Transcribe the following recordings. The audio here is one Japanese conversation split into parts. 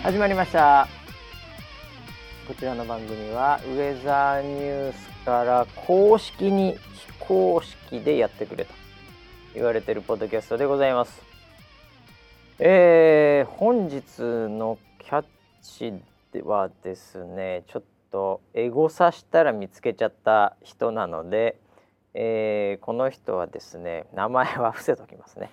始まりました。こちらの番組はウェザーニュースから公式に非公式でやってくれと言われているポッドキャストでございます。本日のキャッチではですね、ちょっとエゴサしたら見つけちゃった人なので、この人はですね、名前は伏せときますね。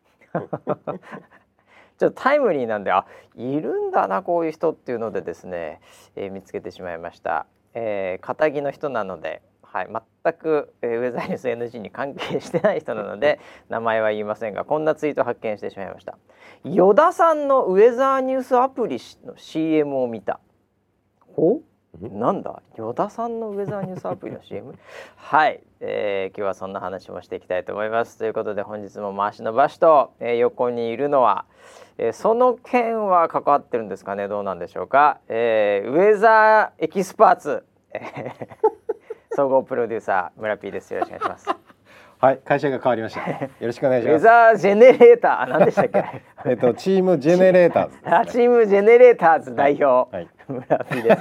ちょっとタイムリーなんで、いるんだなこういう人っていうのでですね、見つけてしまいました。肩着の人なので、はい、全く、ウェザーニュース NG に関係してない人なので名前は言いませんが、こんなツイート発見してしまいました。依田さんのウェザーニュースアプリの CM を見た。なんだ、依田さんのウェザーニュースアプリの CM はい、今日はそんな話もしていきたいと思います。ということで本日も回しの場所と、横にいるのは、その件は関わってるんですかね、どうなんでしょうか、ウェザーエキスパーツ、総合プロデューサー村 P です。よろしくお願いします。 はい、会社が変わりました。よろしくお願いします。 ウェザージェネレーター、何でしたっけ？ チームジェネレーターズですね。 チームジェネレーターズ代表、 はい、 村 P です。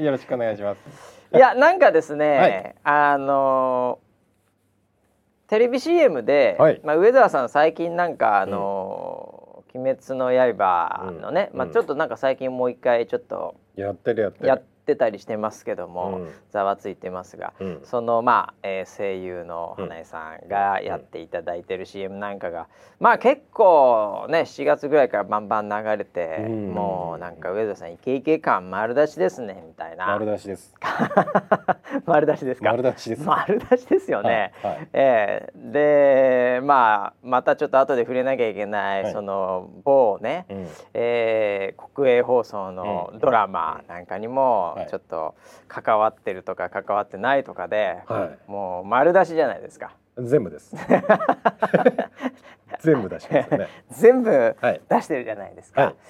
よろしくお願いします。 いや、なんかですね、はい、テレビ CM で、はい、ウェザーさん最近なんか鬼滅の刃のね、ちょっとなんか最近もう一回ちょっとやってたりしてますけども、ざわついてますが、その声優の花江さんがやっていただいてる CM なんかが、結構ね7月ぐらいからバンバン流れて、もうなんかウェザーさんイケイケ感丸出しですねみたいな。 丸出しです。 丸出しですか？ 丸出しです。 丸出しですよね。はいはい、でまたちょっと後で触れなきゃいけない、はい、その某ね、国営放送のドラマなんかにもちょっと関わってるとか関わってないとかで、はい、もう丸出しじゃないですか。 全部です。全部出しますね。 全部出してるじゃないですか。はい、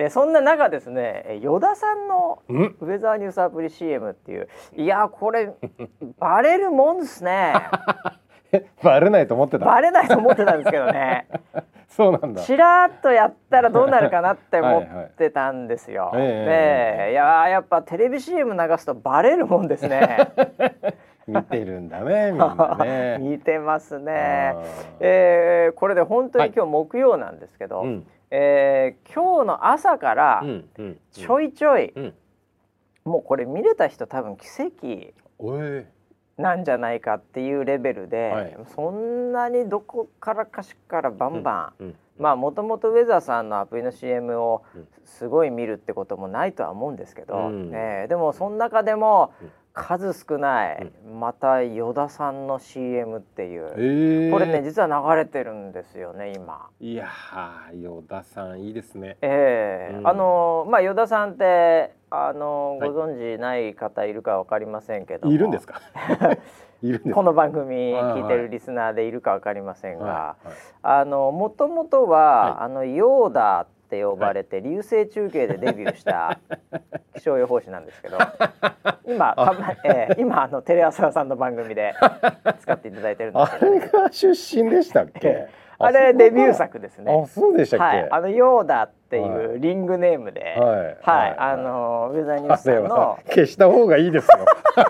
そんな中ですね、依田さんのウェザーニュースアプリ CM っていう、いやこれバレるもんですね。 バレないと思ってた。 バレないと思ってたんですけどね。 そうなんだ。 ちらっとやったらどうなるかなって思ってたんですよ。で、やっぱテレビ CM 流すとバレるもんですね。 見てるんだね、みんなね。 見てますね。これで本当に今日木曜なんですけど、今日の朝からちょいちょい、もうこれ見れた人多分奇跡なんじゃないかっていうレベルで、そんなにどこからかしからバンバン、もともとウェザーさんのアプリの CM をすごい見るってこともないとは思うんですけど、でもその中でも数少ないまた依田さんの CM っていう、これね実は流れてるんですよね今。 いやー、依田さんいいですね。 依田さんってご存知ない方いるか分かりませんけども、 いるんですか？ この番組聞いてるリスナーでいるか分かりませんが、もともとはヨーダって呼ばれて流星中継でデビューした気象予報士なんですけど、今テレ朝さんの番組で使っていただいてるんですけど、 あれが出身でしたっけ？ あれデビュー作ですね。 あ、そうでしたっけ？ はい、ヨーダっていうリングネームで、ウェザーニュースさんの消した方がいいですよ。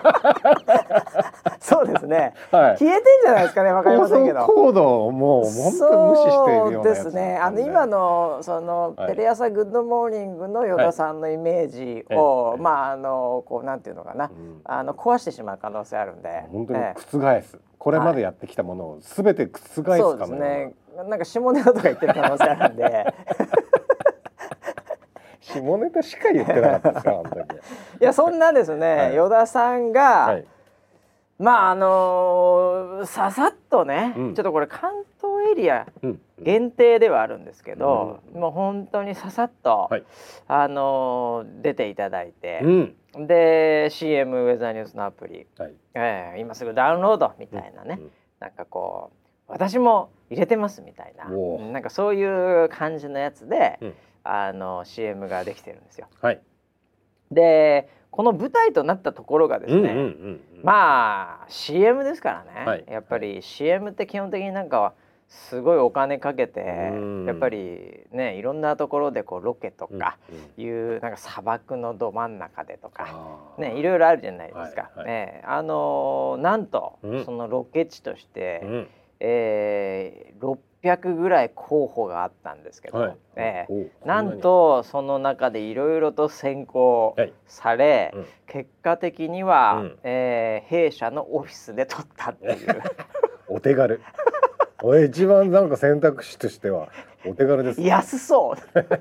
そうですね、消えてんじゃないですかね、わかりませんけど。 コードをもう本当無視しているようなやつ。 そうですね。今のそのテレ朝グッドモーニングの依田さんのイメージを、こうなんていうのかな、壊してしまう可能性あるんで、 本当に覆す。これまでやってきたものをすべて覆すかも。 そうですね。なんか下ネタとか言ってる可能性あるんで。 下ネタしか言ってなかったですか、あの時。 いや、そんなですね、依田さんが、ささっとね、ちょっとこれ関東エリア限定ではあるんですけど、もう本当にささっと、出ていただいて、で CM ウェザーニュースのアプリ、今すぐダウンロードみたいなね、なんかこう私も入れてますみたいな、なんかそういう感じのやつで、CM ができてるんですよ。でこの舞台となったところがですね、CM ですからね、やっぱり CM って基本的になんかすごいお金かけてうんやっぱりねいろんなところでこうロケとかうんいうなんか砂漠のど真ん中でとかあーねいろいろあるじゃないですか。 はいはいねなんとうんそのロケ地としてうん 600ぐらい候補があったんですけど、 はいおなんとその中でいろいろと選考はいされ、 うん結果的には、 うん弊社のオフィスで撮ったっていうお手軽一番なんか選択肢としてはお手軽ですね。 安そう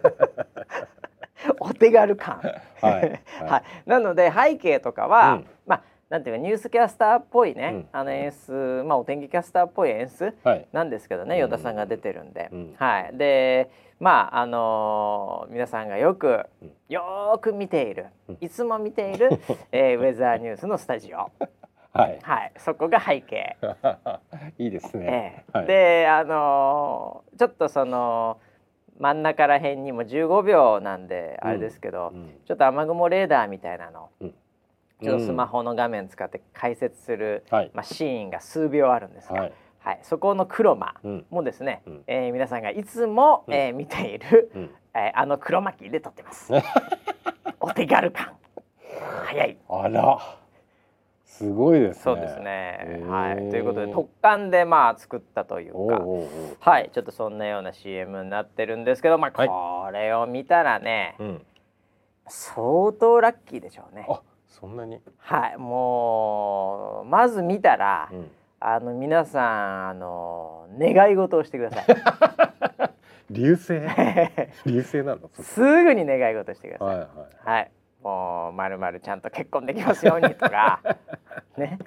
お手軽感はいはい、なので背景とかは、 うんまあなんていうかニュースキャスターっぽいね、 うん演出、まあ、お天気キャスターっぽい演出はいなんですけどね、 うん与田さんが出てるんで、 うんはい、でまあ皆さんがよく、 うんよーく見ている、 うんいつも見ている、ウェザーニュースのスタジオ、 はいはい、そこが背景、 いいですね。はい、 でちょっとその真ん中ら辺にも15秒なんであれですけど、 うんちょっと雨雲レーダーみたいなの、 うんちょっとスマホの画面使って解説する、 はいまあ、シーンが数秒あるんですが、 はいそこの黒間うんもですね、 うん皆さんがいつも、見ている、 うんあの黒巻で撮ってますお手軽感早い。 あらすごいですね。 そうですね、はい、ということで特感でまあ作ったというか、 おうはいちょっとそんなような CM になってるんですけど、まあ、 はいこれを見たらね、 うん、 相当ラッキーでしょうね。 あそんなに、 はいもうまず見たら、皆さん願い事をしてください流星流星なのすぐに願い事してください。 はいはい、もうまるまるちゃんと結婚できますようにとかね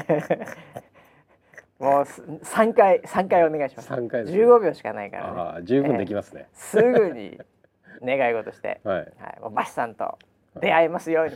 もう3回お願いします。 3回ですね 15秒しかないからね。 あ十分できますね。 すぐに願い事して、 はいはい、もうバシさんと出会えますように、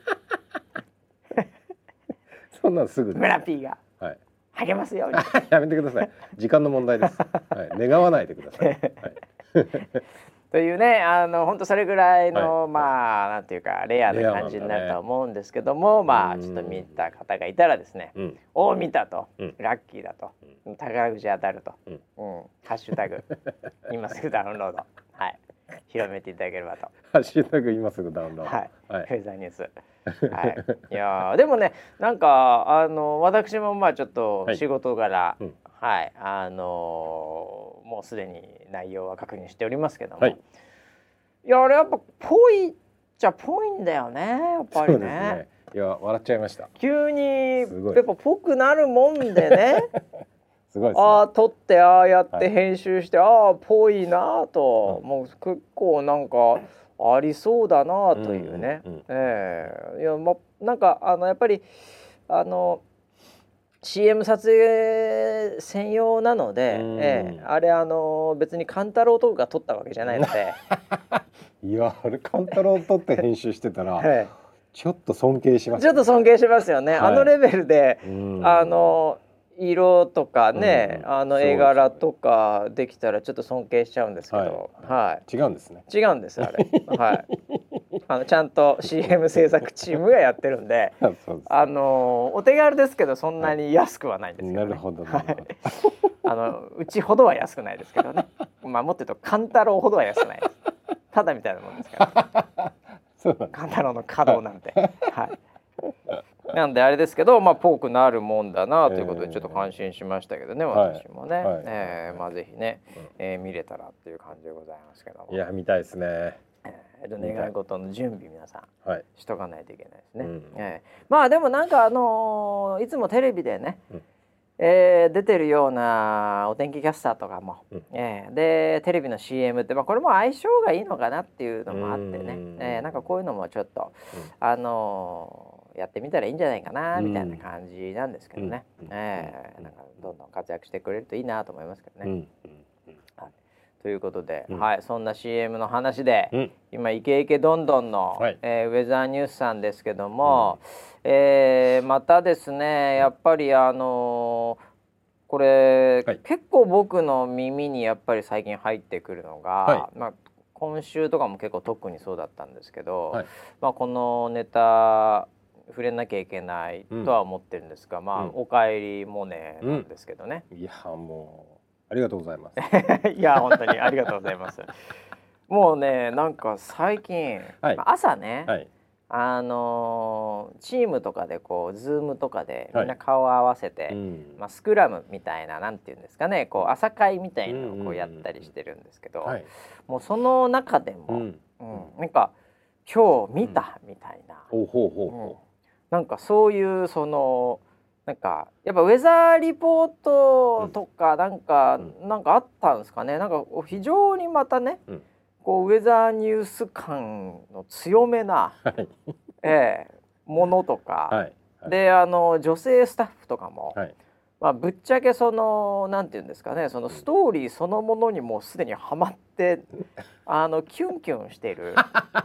そんなんすぐです。 村 P がはい励ますようにやめてください。時間の問題です。はい、願わないでください。はい、 というね本当それぐらいの、 はいまあなんていうかレアな感じになるとは思うんですけども、まあちょっと見た方がいたらですね、 うんお見たと、 うんラッキーだと、宝くじ当たると、 うんハッシュタグ今すぐダウンロード、はい、広めていただければと。 ハッシュタグ今すぐダウンロード。 はい、 はいフェザーニュース。はい、いやーでもねなんか私もまあちょっとはい仕事柄、 うんはいもうすでに内容は確認しておりますけども、 はいいやあれやっぱぽいっちゃぽいんだよねやっぱりそうですね。 ね。いや笑っちゃいました。 急にすごいやっぱぽくなるもんでねすごいですね。 ああ撮ってああやっはいて編集して、ああぽいなと、 うんもう結構なんかありそうだなというね、 うんうんいやなんかやっぱりCM 撮影専用なので、あれ別に勘太郎とかが撮ったわけじゃないのでいやあれカンタロウ撮って編集してたらえちょっと尊敬します、 ちょっと尊敬しますよね、 はいあのレベルで、 うん色とかね、 うん絵柄とかできたらちょっと尊敬しちゃうんですけど、はい違うんですね。 違うんですあれはいちゃんと CM 制作チームがやってるんでそうです。 お手軽ですけどそんなに安くはないんですけど、ねなるほどなるほど。 うちほどは安くないですけどねまあもっと言うと勘太郎ほどは安くないですただみたいなもんですからそうなんです。 勘太郎の稼働なんてはいなんであれですけど、まあポークなるもんだなということでちょっと感心しましたけどね、私もね、 はいまあぜひね、見れたらっていう感じでございますけども、 いや見たいですね。 願い事の準備皆さんはい。 しとかないといけないですね、 うんまあでもなんかいつもテレビでね、出てるようなお天気キャスターとかも、でテレビの CM って、まあ、これも相性がいいのかなっていうのもあってね、なんかこういうのもちょっと、やってみたらいいんじゃないかなみたいな感じなんですけどね、なんかどんどん活躍してくれるといいなと思いますけどね。ということで、はい、そんな CM の話で、今イケイケどんどんの、ウェザーニュースさんですけども、またですねやっぱりこれ、結構僕の耳にやっぱり最近入ってくるのが、まあ、今週とかも結構特にそうだったんですけど、まあ、このネタ触れなきゃいけないとは思ってるんですが、まあおかえりモネなんですけどね、 いやもありがとうございます。 いや本当にありがとうございます。もうねなんか最近、 はい朝ね、 はい。 チームとかでこうズームとかではいみんな顔を合わせて、 うん。 スクラムみたいななんていうんですかね、こう朝会みたいなのをこうやったりしてるんですけど、 はい。 もうその中でも、 うんなんか今日見たみたいな、 ほうほうほうほなんかそういうそのなんかやっぱウェザーリポートとかなんか、なんかあったんですかね。なんか非常にまたね、 うんこうウェザーニュース感の強めな、 はい。 ものとか、 はい。はい。 で女性スタッフとかも、 はい。 ぶっちゃけそのなんていうんですかね、そのストーリーそのものにもうすでにはまってキュンキュンしてる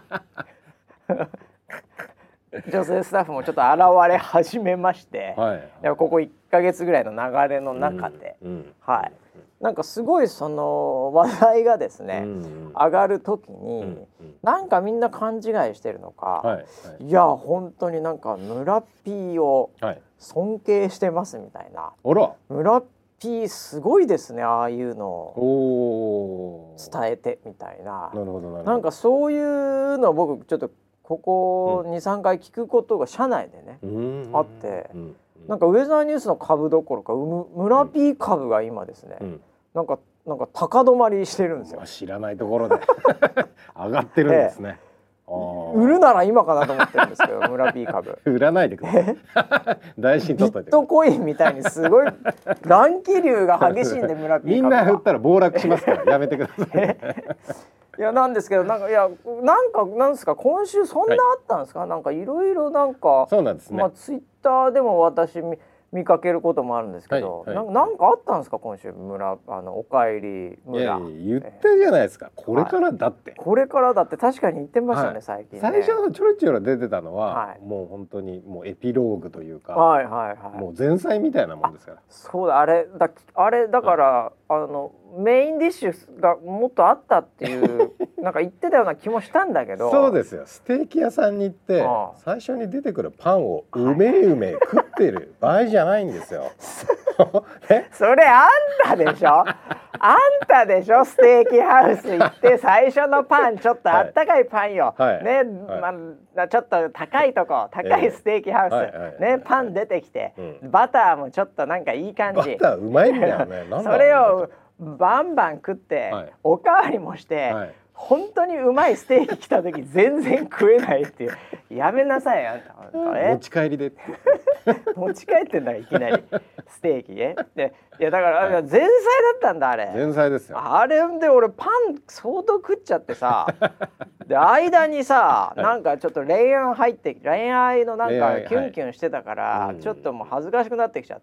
女性スタッフもちょっと現れ始めまして、 はい。 いやここ1ヶ月ぐらいの流れの中で、はい、なんかすごいその話題がですね、上がる時に、なんかみんな勘違いしてるのか、いや本当になんか村 P を尊敬してますみたいな、村 P すごいですね、ああいうのを伝えてみたいな、なんかそういうのを僕ちょっとここ 2,3 回聞くことが社内でね、あって、なんかウェザーニュースの株どころか村 P 株が今ですね、なんか高止まりしてるんですよ。 知らないところで上がってるんですね。 売るなら今かなと思ってるんですけど村 P 株売らないでください。大事に取っといて。 ビットコインみたいにすごい乱気流が激しいんで村 P 株みんな売ったら暴落しますからやめてください。 いやなんですけどなんですか今週そんなあったんですか、なんかいろいろなんかそうなんですね。 ツイッターでも私見かけることもあるんですけど、なんかあったんですか今週おかえり村。 言ってるじゃないですか、これからだって、 これからだって確かに言ってましたね、最近ね。 最初のちょろちょろ出てたのは、もう本当にもうエピローグというか、もう前菜みたいなもんですから。 そうだ、あれだから、メインディッシュがもっとあったっていうなんか言ってたような気もしたんだけど。 そうですよ、ステーキ屋さんに行って最初に出てくるパンをうめ食ってる場合じゃないんですよ。 それあんたでしょあんたでしょ、ステーキハウス行って最初のパンちょっとあったかいパンよ、ね、ちょっと高いとこ高いステーキハウス、ね、パン出てきて、バターもちょっとなんかいい感じ、 バターうまいんだよね。 それをバンバン食って、おかわりもして、本当にうまいステーキ来た時全然食えないっていう、やめなさいあんた持ち帰りでって持ち帰ってんだいきなりステーキね。でいやだから前菜だったんだあれ。 前菜ですよ。 あれで俺パン相当食っちゃってさで間にさ、なんかちょっと恋愛のなんかキュンキュンしてたから、ちょっともう恥ずかしくなってきちゃって、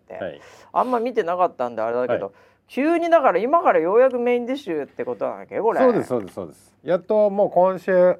あんま見てなかったんであれだけど、急にだから今からようやくメインディッシュってことなんだっけこれ。 そうですやっともう今週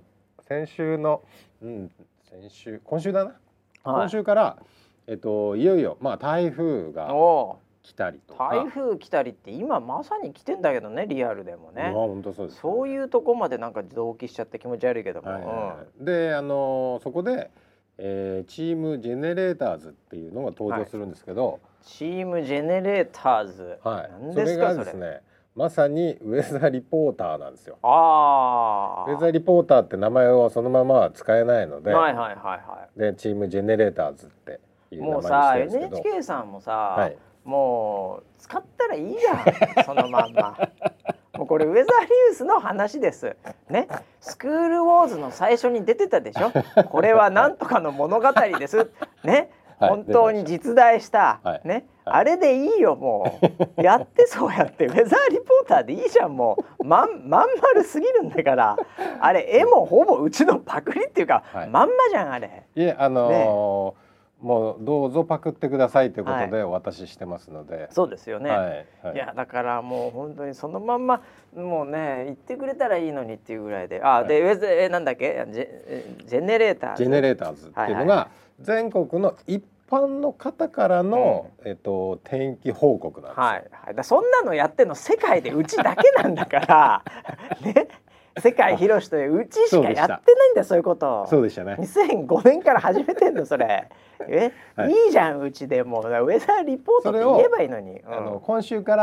だな、今週からいよいよ台風が来たりとか。 台風来たりって今まさに来てんだけどね、リアルでもね。 本当そうです、 そういうとこまでなんか同期しちゃって気持ち悪いけども、 でそこで、チームジェネレーターズっていうのが登場するんですけど、 チームジェネレーターズ、 それがですね、まさにウェザーリポーターなんですよ。ウェザーリポーターって名前をそのままは使えないので、でチームジェネレーターズっていう名前にしてるんですけど、 もうさ NHK さんもさ、もう使ったらいいじゃんそのまんまもうこれウェザーニュースの話ですね。スクールウォーズの最初に出てたでしょこれはなんとかの物語ですね、本当に実在した、ね、あれでいいよ、もうやってそうやってウェザーリポーターでいいじゃん、もうまん丸すぎるんだから、あれ絵もほぼうちのパクリっていうか、まんまじゃんあれ。 いえもうどうぞパクってくださいということでお渡ししてますので。 そうですよね、いやだからもう本当にそのまんまもうね言ってくれたらいいのにっていうぐらいで、でなんだっけジェネレーターズっていうのが全国の一般の方からの、天気報告なんですよ。 そんなのやってんの世界でうちだけなんだからね、世界広しといううちしかやってないんだよ、そういうこと。 そうでしたね。 2005年から始めてんのそれいいじゃん、うちでもうウェザーリポートって言えばいいのに。 今週からウ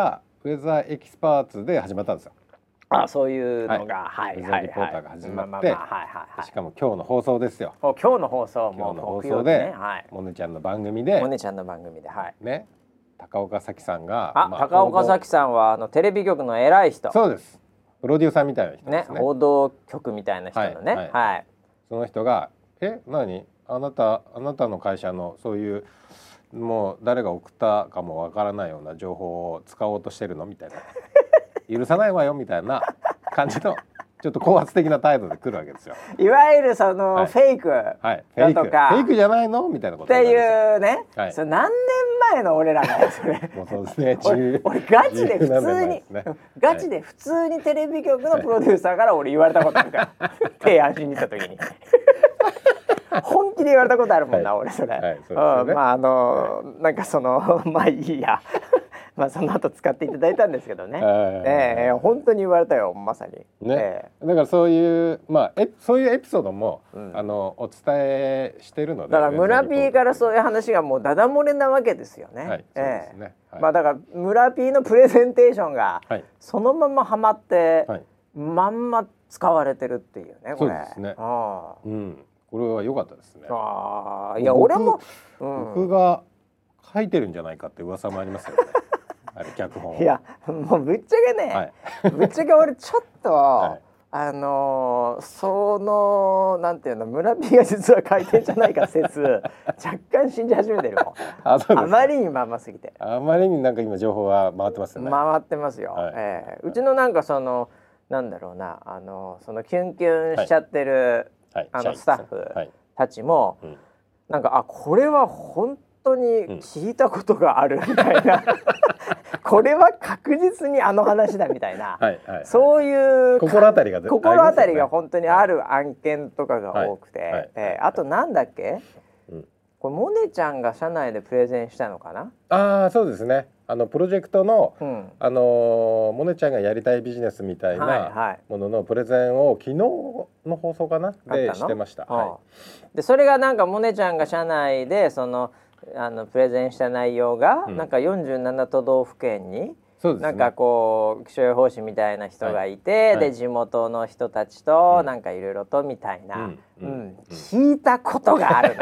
ウェザーエキスパーツで始まったんですよ。 そういうのが、 ウェザーリポーターが始まって、しかも今日の放送ですよ。 今日の放送で、モネちゃんの番組で、ね、高岡早紀さんが、 高岡早紀さんはテレビ局の偉い人。 そうです。プロデューサーみたいな人ですね。 報道局みたいな人のね。 その人が何？あなたの会社のそういうもう誰が送ったかもわからないような情報を使おうとしてるのみたいな。許さないわよみたいな感じのちょっと高圧的な態度で来るわけですよ。 いわゆるそのフェイクだとか、 フェイクじゃないのみたいなことっていうね。それ何年前の俺らがそれ。 もうそうですね。 俺ガチで普通にテレビ局のプロデューサーから俺言われたことあるから提案しに行った時に本気で言われたことあるもんな、俺それ。なんかそのまあいいや。その後使っていただいたんですけどね。本当に言われたよ、まさに。 ね。だからそういうそういうエピソードもお伝えしてるので。 だから村 P からそういう話がもうダダ漏れなわけですよね。 そうですね。 だから村 P のプレゼンテーションがそのままハマってまんま使われてるっていうね、これ。 そうですね。これは良かったですね。 いや俺も僕が書いてるんじゃないかって噂もありますよね。脚本。 いやもうぶっちゃけね、ぶっちゃけ俺ちょっと、そのなんていうの、村 P が実は書いてんじゃないか説若干信じ始めてるもん。あまりにまんますぎて。 あまりになんか今情報は回ってますよね。 回ってますよ。うちのなんかそのなんだろうな、そのキュンキュンしちゃってる、スタッフたちも、なんかこれは本当に聞いたことがあるみたいな、これは確実にあの話だみたいな、そういう心当たりが本当にある案件とかが多くて、あとなんだっけ、これモネちゃんが社内でプレゼンしたのかな。 そうですね。プロジェクトの、モネちゃんがやりたいビジネスみたいなもののプレゼンを昨日の放送かなでしてました。 でそれがなんかモネちゃんが社内でそのプレゼンした内容が、なんか47都道府県になんかこう気象予報士みたいな人がいて、で地元の人たちとなんかいろいろとみたいな、聞いたことがあるの。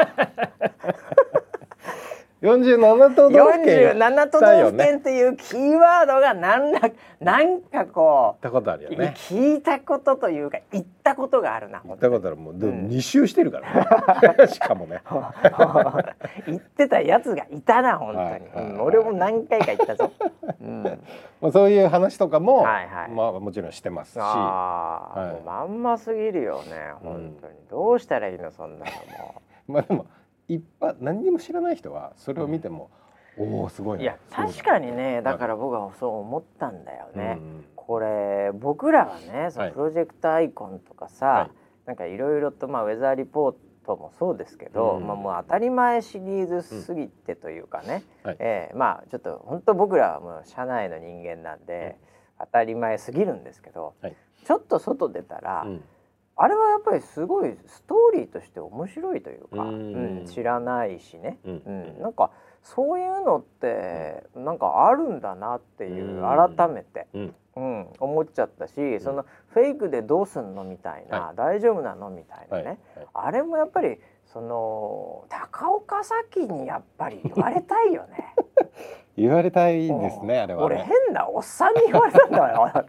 47都道府県 47都道府県っていうキーワードがなんかこう聞いたことあるよね。 聞いたことというか言ったことがあるな。 言ったことある。もう2周してるからね。しかもね。 言ってたやつがいたな本当に。俺も何回か言ったぞ。 そういう話とかももちろんしてますし。もうまんますぎるよね本当に。どうしたらいいのそんなのも。 でも何にも知らない人はそれを見ても、おおすごいな。 いや確かにね、だから僕はそう思ったんだよね。これ僕らはね、そのプロジェクトアイコンとかさ、なんかいろいろとウェザーリポートもそうですけど、もう当たり前シリーズすぎてというかね、ちょっと本当僕らはもう社内の人間なんで、当たり前すぎるんですけど、ちょっと外出たら、あれはやっぱりすごいストーリーとして面白いというか、知らないしね、なんかそういうのってなんかあるんだなっていう改めて、思っちゃったし、そのフェイクでどうすんのみたいな、大丈夫なのみたいなね、あれもやっぱりその高岡早紀にやっぱり言われたいよね。 言われたいですね、あれはね。 俺変なおっさんに言われたんだよだって。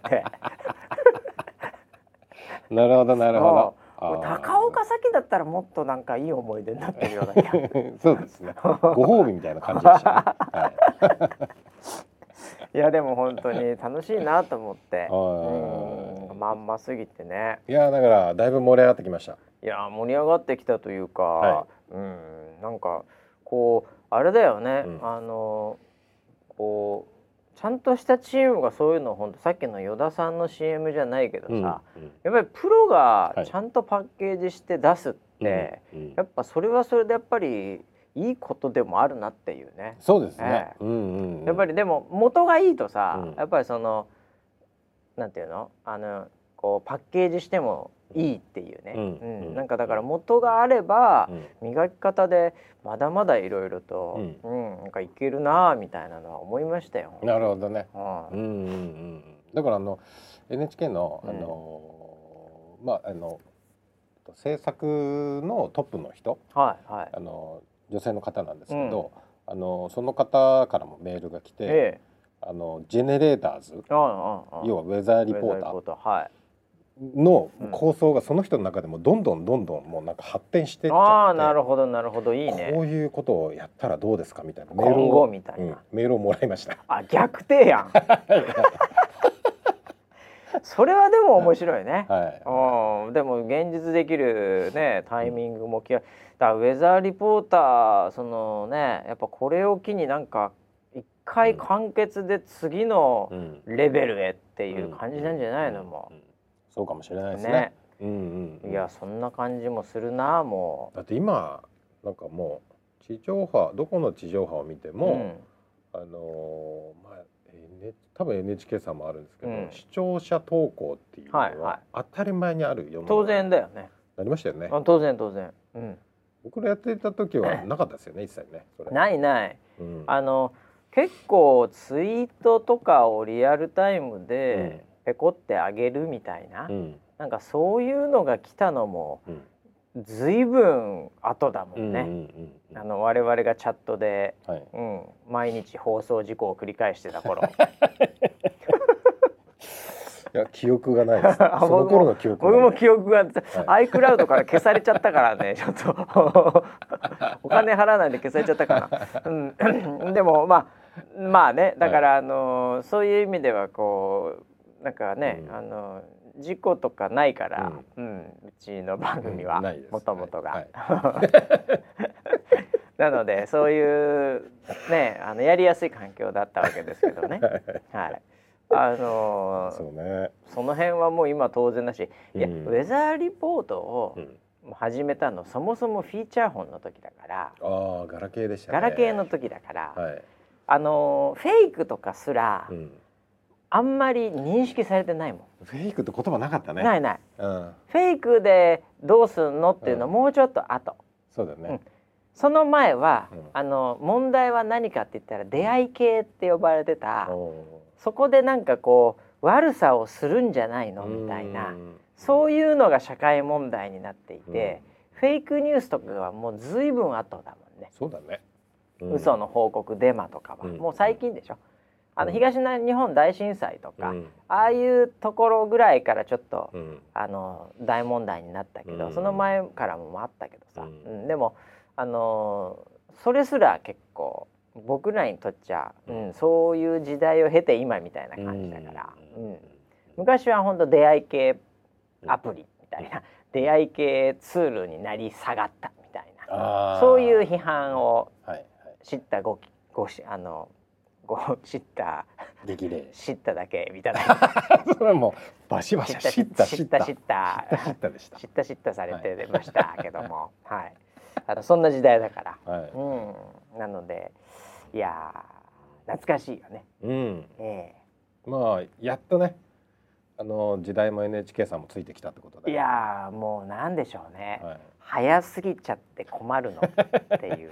なるほどなるほど。 高岡早紀だったらもっとなんかいい思い出になってるような気が。 そうですね。ご褒美みたいな感じでしたね。 いやでも本当に楽しいなと思って、まんますぎてね。 いやだからだいぶ盛り上がってきました。 いや盛り上がってきたというか、なんかこうあれだよね、こうちゃんとしたチームがそういうのを本当さっきの依田さんの CM じゃないけどさ、やっぱりプロがちゃんとパッケージして出すって、やっぱそれはそれでやっぱりいいことでもあるなっていうね。 そうですね。 やっぱりでも元がいいとさ、やっぱりそのなんていうのこうパッケージしてもいいっていうね、なんかだから元があれば、磨き方でまだまだいろいろと、なんかいけるなみたいなのは思いましたよ。 なるほどね。だからNHK の制作のトップの人、女性の方なんですけど、その方からもメールが来て、ジェネレーターズ、要はウェザーリポーターの構想がその人の中でもどんどんもうなんか発展していっちゃって、 なるほどなるほど、いいね。 こういうことをやったらどうですかみたいなメールをみたいな、 メールをもらいました。 逆提案それはでも面白いね。でも現実できるねタイミングもだからウェザーリポーターそのねやっぱこれを機になんか一回完結で次のレベルへっていう感じなんじゃないのも。 そうかもしれないですね。 いやそんな感じもするな。もうだって今なんかもう地上波どこの地上波を見ても、多分 NHK さんもあるんですけど、視聴者投稿っていうのは当たり前にあるよ。 当然だよね。 なりましたよね。 当然、 僕らやっていた時はなかったですよね一切ね。それない、結構ツイートとかをリアルタイムでペコってあげるみたいな、なんかそういうのが来たのもずいぶん後だもんね。我々がチャットで、毎日放送事故を繰り返してた頃いや記憶がないです。その頃の記憶僕も記憶が、iCloud から消されちゃったからねちょっとお金払わないで消されちゃったから、でもまあねだから、そういう意味ではこうなんかね、事故とかないから、うちの番組はもともとが、なのでそういうねやりやすい環境だったわけですけどね。 そうね、 その辺はもう今当然だし、いやウェザーリポートを始めたのそもそもフィーチャー本の時だから、 ガラケーでしたね。 ガラケーの時だから、フェイクとかすら、あんまり認識されてないもん。 フェイクって言葉なかったね。 ない、フェイクでどうすんのっていうのはもうちょっと後。 そうだね。 その前は、問題は何かって言ったら出会い系って呼ばれてた、そこでなんかこう悪さをするんじゃないのみたいな、そういうのが社会問題になっていて、フェイクニュースとかはもう随分後だもんね。 そうだね。 嘘の報告デマとかは、もう最近でしょ。東日本大震災とか、ああいうところぐらいからちょっと、大問題になったけど、その前からもあったけどさ、でもそれすら結構僕らにとっちゃ、そういう時代を経て今みたいな感じだから、昔は本当出会い系アプリみたいな出会い系ツールになり下がったみたいな、そういう批判を知った知っただけみたいなそれはもうバシバシ知ったされてましたけどもそんな時代だから、なのでいや懐かしいよね。 まあやっとね時代も NHK さんもついてきたってことで、 いやもうなんでしょうね、早すぎちゃって困るのっていう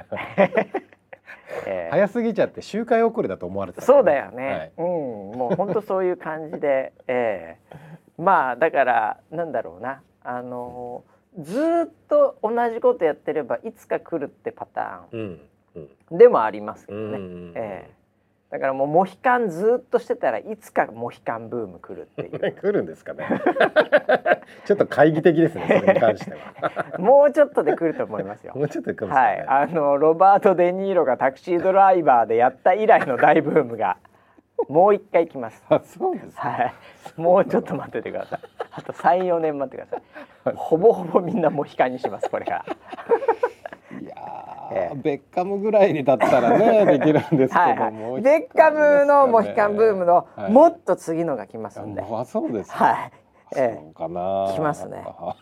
早すぎちゃって周回遅れだと思われてた、 そうだよね、もう本当そういう感じで、まあだからなんだろうな、ずっと同じことやってればいつか来るってパターンでもありますけどね。だからもうモヒカンずっとしてたらいつかモヒカンブーム来るっていう来るんですかねちょっと懐疑的ですね、それに関してはもうちょっとで来ると思いますよ。 もうちょっとで来るんですかね。 ロバート・デ・ニーロがタクシードライバーでやった以来の大ブームがもう一回来ます。 そうですか。 もうちょっと待っててください。あと 3,4 年待ってください。ほぼほぼみんなモヒカンにしますこれからいやベッカムぐらいにだったらねできるんですけども、 ベッカムのモヒカンブームのもっと次のが来ますんで。 そうです。 そうかな。 来ますね。はい。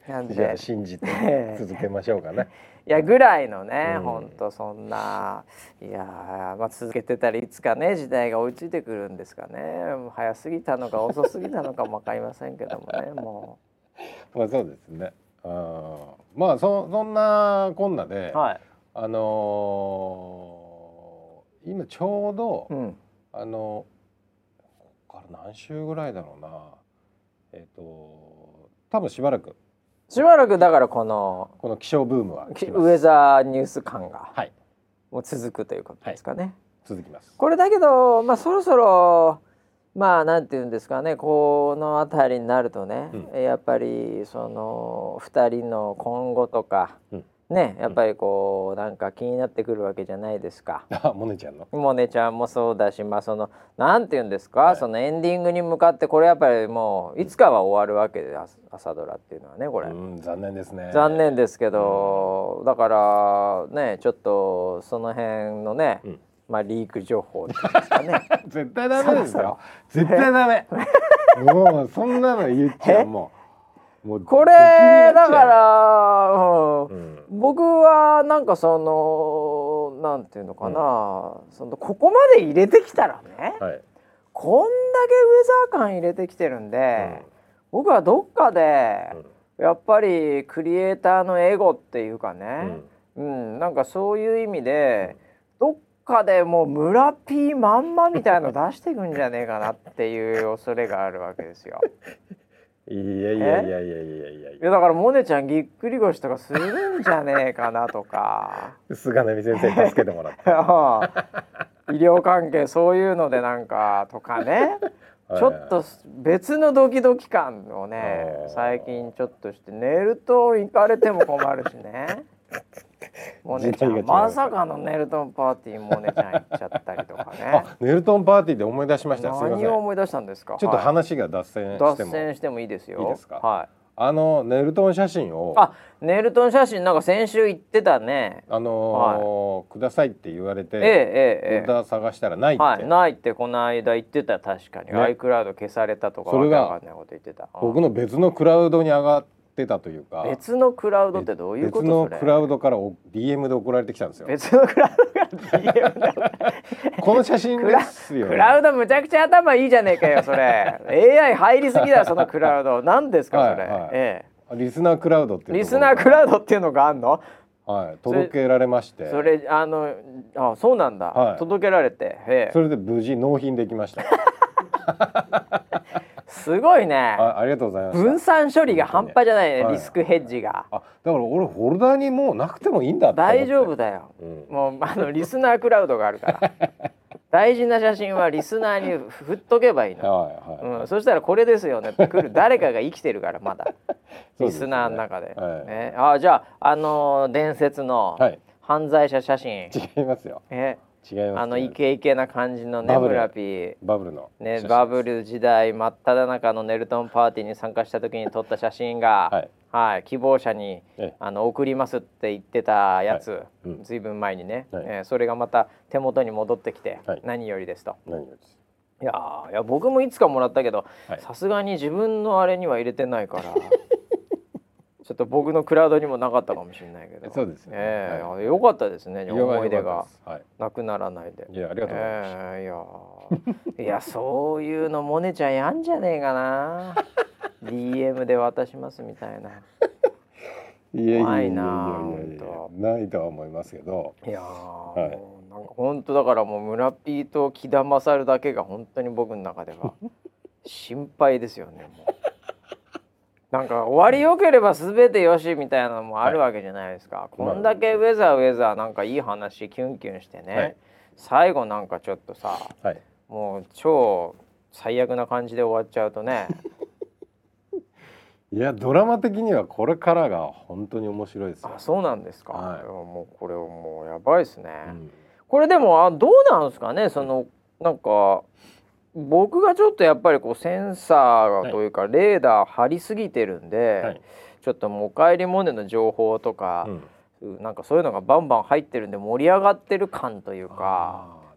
なんでじゃあ信じて続けましょうかね。 いやぐらいのね、本当そんないやまあ続けてたらいつかね時代が追いついてくるんですかね。早すぎたのか遅すぎたのかも分かりませんけどもねもう。まあそうですね。まあそんなこんなで、はい、今ちょうど、ここから何週ぐらいだろうな。多分しばらくだからこの気象ブームはウェザーニュース感が、はい、もう続くということですかね、はい、 続きます。 これだけど、まあ、そろそろまあなんていうんですかねこの辺りになるとね、やっぱりその2人の今後とか、ね、やっぱりこうなんか気になってくるわけじゃないですか。 モネちゃんのモネちゃんもそうだし、まあそのなんていうんですか、はい、そのエンディングに向かってこれやっぱりもういつかは終わるわけで朝ドラっていうのはねこれ。 残念ですね。 残念ですけど、だからねちょっとその辺のね、まあリーク情報っていうんですかね。 絶対ダメですよ。絶対ダメ。もうそんなの言っちゃうもうこれだから、僕はなんかそのなんていうのかな、そのここまで入れてきたらね、はい、こんだけウェザー感入れてきてるんで、僕はどっかで、やっぱりクリエイターのエゴっていうかね、なんかそういう意味で、どっかでもう村ピーまんまみたいの出していくんじゃねえかなっていう恐れがあるわけですよ。 いやだからモネちゃんぎっくり腰とかするんじゃねえかなとか菅波先生に助けてもらって医療関係そういうのでなんかとかねちょっと別のドキドキ感をね最近ちょっとして寝ると行かれても困るしねモネちゃんまさかのネルトンパーティーモネちゃん行っちゃったりとかね。 ネルトンパーティーで思い出しました。 何を思い出したんですか。 ちょっと話が脱線してもいいですよ。 いいですか。 はい。 ネルトン写真をネルトン写真なんか先週言ってたね。 くださいって言われて、探したらないって、 ないってこの間言ってた。確かに、iCloud 消されたとかそれが僕の別のクラウドに上がってたというか。 別のクラウドってどういうこと？ 別のクラウドからDM で送られてきたんですよ。 別のクラウドから DM でこの写真ですよ、ね。 クラウドむちゃくちゃ頭いいじゃねえかよそれ。AI 入りすぎだよそのクラウド。何ですかそれ。 リスナークラウドっていうリスナークラウドっていうのがあんの？ はい、届けられまして。 それそうなんだ、はい、届けられて、 それで無事納品できました。 すごいね。 ありがとうございます。 分散処理が半端じゃないね、リスクヘッジが。 だから俺フォルダにもうなくてもいいんだって思って。 大丈夫だよ、もうリスナークラウドがあるから大事な写真はリスナーに振っとけばいいの。そしたらこれですよねって来る誰かが生きてるからまだリスナーの中で、じゃあ伝説の犯罪者写真、 違いますよ。違います。 イケイケな感じのね村ピーバブルのね、バブル時代真っ只中のネルトンパーティーに参加した時に撮った写真が、希望者に送りますって言ってたやつ、ずいぶん前にね、それがまた手元に戻ってきて、何よりですと。いや僕もいつかもらったけどさすがに自分のあれには入れてないからちょっと僕のクラウドにもなかったかもしれないけど。 そうですね。 よかったですね。思い出がなくならないで。 いやありがとうございました。いやそういうのモネちゃんやんじゃねえかな。DM で渡しますみたいな。 ないな。ないとは思いますけど。 いやなんか本当だからもう村ピーと木田勝だけが本当に僕の中では心配ですよね。もう。なんか終わり良ければ全てよしみたいなのもあるわけじゃないですか、こんだけウェザーなんかいい話キュンキュンしてね、最後なんかちょっとさ、もう超最悪な感じで終わっちゃうとねいやドラマ的にはこれからが本当に面白いですよ。 そうなんですか、もうこれもうやばいですね、これでもどうなんですかね、そのなんか僕がちょっとやっぱりこうセンサーというかレーダー張りすぎてるんで、ちょっともうおかえりモネの情報とか、なんかそういうのがバンバン入ってるんで盛り上がってる感というか、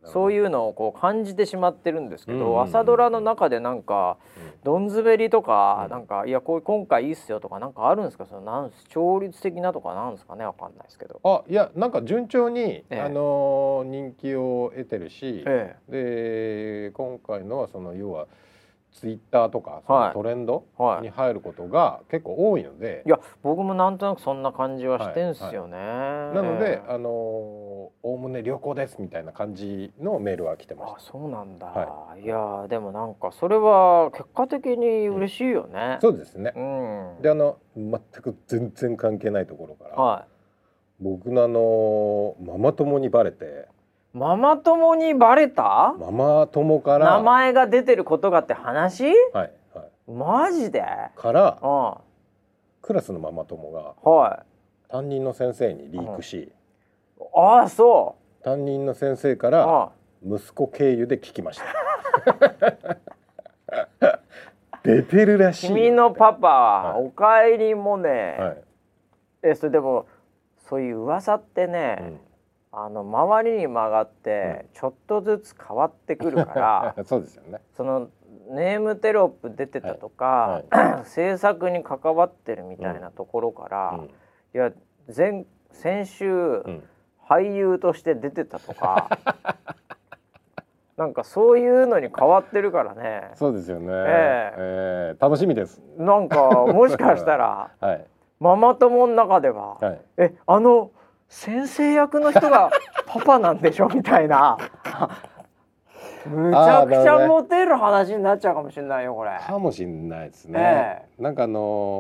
そういうのをこう感じてしまってるんですけど、朝ドラの中でなんか、どんずべりとか、なんかいや今回いいっすよとかなんかあるんですか？その調律的なとかなんですかね、わかんないですけど。 いやなんか順調に、人気を得てるし、で今回のはその要はツイッターとかそのトレンドに入ることが結構多いので、 いや僕もなんとなくそんな感じはしてんすよね。 なのでおおむね良好ですみたいな感じのメールは来てました。 そうなんだ。いやでもなんかそれは結果的に嬉しいよね。 そうですね。で全く全然関係ないところから、僕のママ友にバレて。 ママ友にバレた？ ママ友から名前が出てることがって話？ はいマジで？ からクラスのママ友が担任の先生にリークし、 そう担任の先生から息子経由で聞きました出てるらしい。 君のパパ、おかえりもね、それでもそういう噂ってね、周りに曲がってちょっとずつ変わってくるからそうですよね。 そのネームテロップ出てたとか、制作に関わってるみたいなところから、いや先週、俳優として出てたとかなんかそういうのに変わってるからね。 そうですよね。楽しみです。 なんかもしかしたら、ママ友の中では、先生役の人がパパなんでしょみたいなむちゃくちゃモテる話になっちゃうかもしれないよこれ。 かもしれないですね。なんか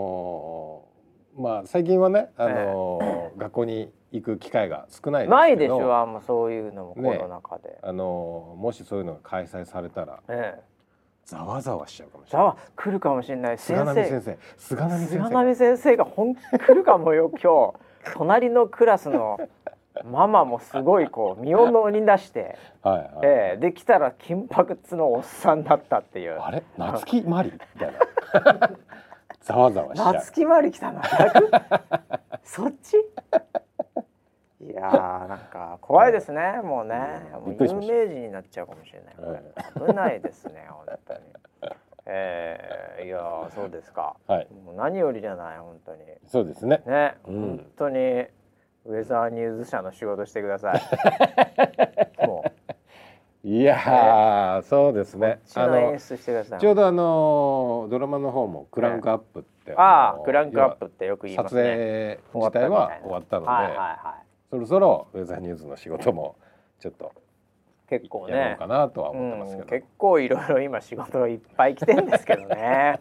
最近はね学校に行く機会が少ないですけど。 ないでしょもうそういうのもコロナ禍で。 もしそういうのが開催されたら、ざわざわしちゃうかもしれない。 来るかもしれない。 菅波先生が来るかもよ今日。隣のクラスのママもすごいこう身を乗り出してできたら金髪のおっさんだったっていう。 あれ夏木マリみたいなざわざわしちゃう。 夏木マリ来たのそっちいやなんか怖いですね、もうね、もう有名人になっちゃうかもしれない、危ないですね本当に。いやそうですか、もう何よりじゃない本当に。 そうですね。 本当にウェザーニューズ社の仕事してくださいもういやそうですね。 ちょうどドラマの方もクランクアップってクランクアップってよく言いますね。 撮影自体は終わったので、そろそろウェザーニューズの仕事もちょっと結構ねやろうかなとは思ってますけど、 結構いろいろ今仕事いっぱい来てんですけどね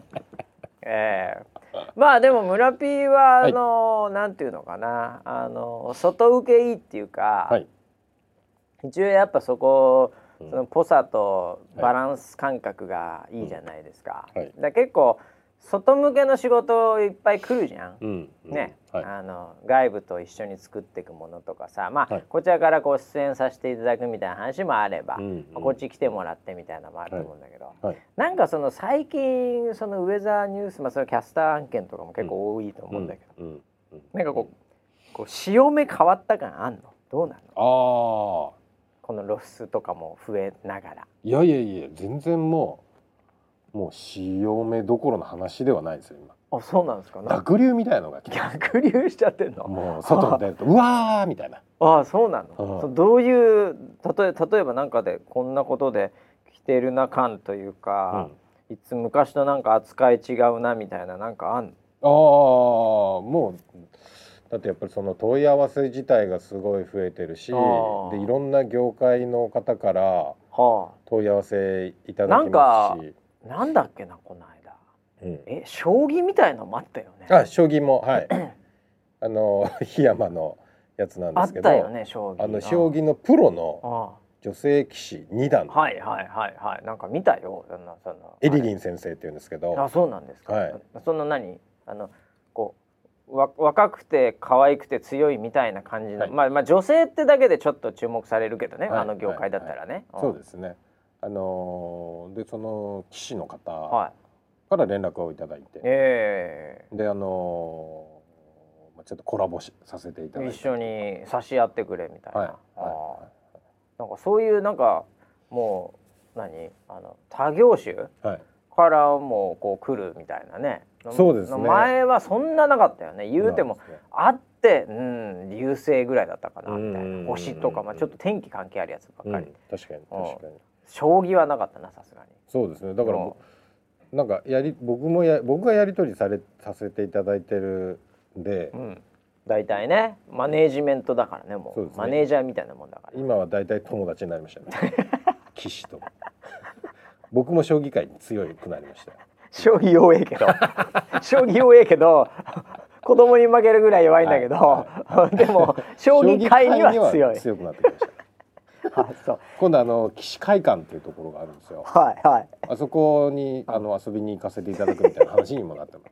まあでも村 P はなんていうのかな外受けいいっていうか、一応やっぱそのぽさとバランス感覚がいいじゃないですか。だ結構外向けの仕事いっぱい来るじゃん、ね、外部と一緒に作っていくものとかさ、こちらからこう出演させていただくみたいな話もあれば、こっち来てもらってみたいなのもあると思うんだけど、なんかその最近そのウェザーニュース、そのキャスター案件とかも結構多いと思うんだけど、なんかこう潮目変わった感あんの？どうなの？この露出とかも増えながら。 いや全然もう潮目どころの話ではないですよ今。 そうなんですか。 逆流みたいなのが来て逆流しちゃってんの？ もう外に出るとうわーみたいな。 そうなの。どういう例えばなんかでこんなことで来てるな感というか、いつ昔となんか扱い違うなみたいななんかあんの？ もうだってやっぱりその問い合わせ自体がすごい増えてるし、でいろんな業界の方から問い合わせいただきますし、 なんだっけなこの間、将棋みたいのもあったよね。 将棋も檜山のやつなんですけど、 あったよね将棋のプロの女性棋士2段、 なんか見たよ。 エリリン先生っていうんですけど。 そうなんですか。そのこう若くて可愛くて強いみたいな感じの、女性ってだけでちょっと注目されるけどね、業界だったらね。 そうですね。でその棋士の方から連絡をいただいて、でちょっとコラボさせていただいて、 一緒に差し合ってくれみたいな。 なんかそういうなんかもう他業種からもうこう来るみたいなね。 そうですね。 前はそんななかったよね。言うてもあって流星ぐらいだったかなみたいな。星とかちょっと天気関係あるやつばっかり。 確かに将棋はなかったな、さすがに。 そうですね。だからなんか僕がやり取りさせていただいてるんで、 大体ねマネージメントだからね、もうマネージャーみたいなもんだから。 今は大体友達になりましたね。棋士と僕も将棋界に強くなりました。 将棋弱えけど将棋弱えけど子供に負けるぐらい弱いんだけど、でも将棋界には強くなってきました。今度棋士会館っていうところがあるんですよ。あそこに遊びに行かせていただくみたいな話にもなってます。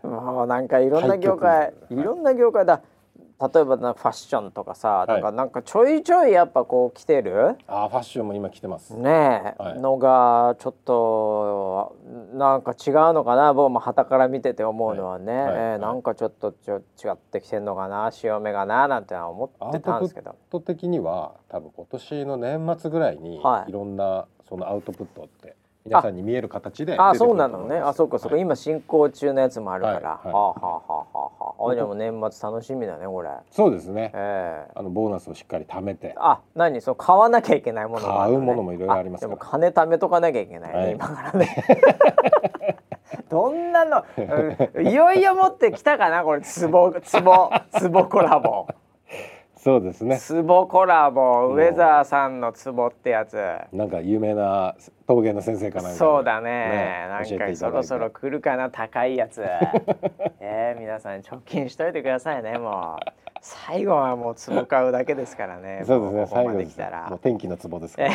もうなんかいろんな業界だ。例えばファッションとかさ、なんかちょいちょいやっぱこう来てる。 ファッションも今来てますねのがちょっとなんか違うのかな。僕も傍から見てて思うのはね、なんかちょっと違ってきてんのかな、潮目がななんて思ってたんですけど。 アウトプット的には多分今年の年末ぐらいにいろんなそのアウトプットって皆さんに見える形で出てくると思います。 そうなのね。そうか、今進行中のやつもあるから。じゃあもう年末楽しみだねこれ。 そうですね。ボーナスをしっかり貯めて。 そう買わなきゃいけないものもあるね。 買うものもいろいろありますから。 でも金貯めとかなきゃいけないね、今からね。どんなのいよいよ持ってきたかなこれ。ツボコラボ。 そうですね。 ツボコラボ、ウェザーさんのツボってやつ。 なんか有名な陶芸の先生かなんか。 そうだね。なんかそろそろ来るかな、高いやつ。皆さん貯金しといてくださいね。もう最後はもうツボ買うだけですからね。 そうですね。 最後まで来たらもう天気のツボですから。い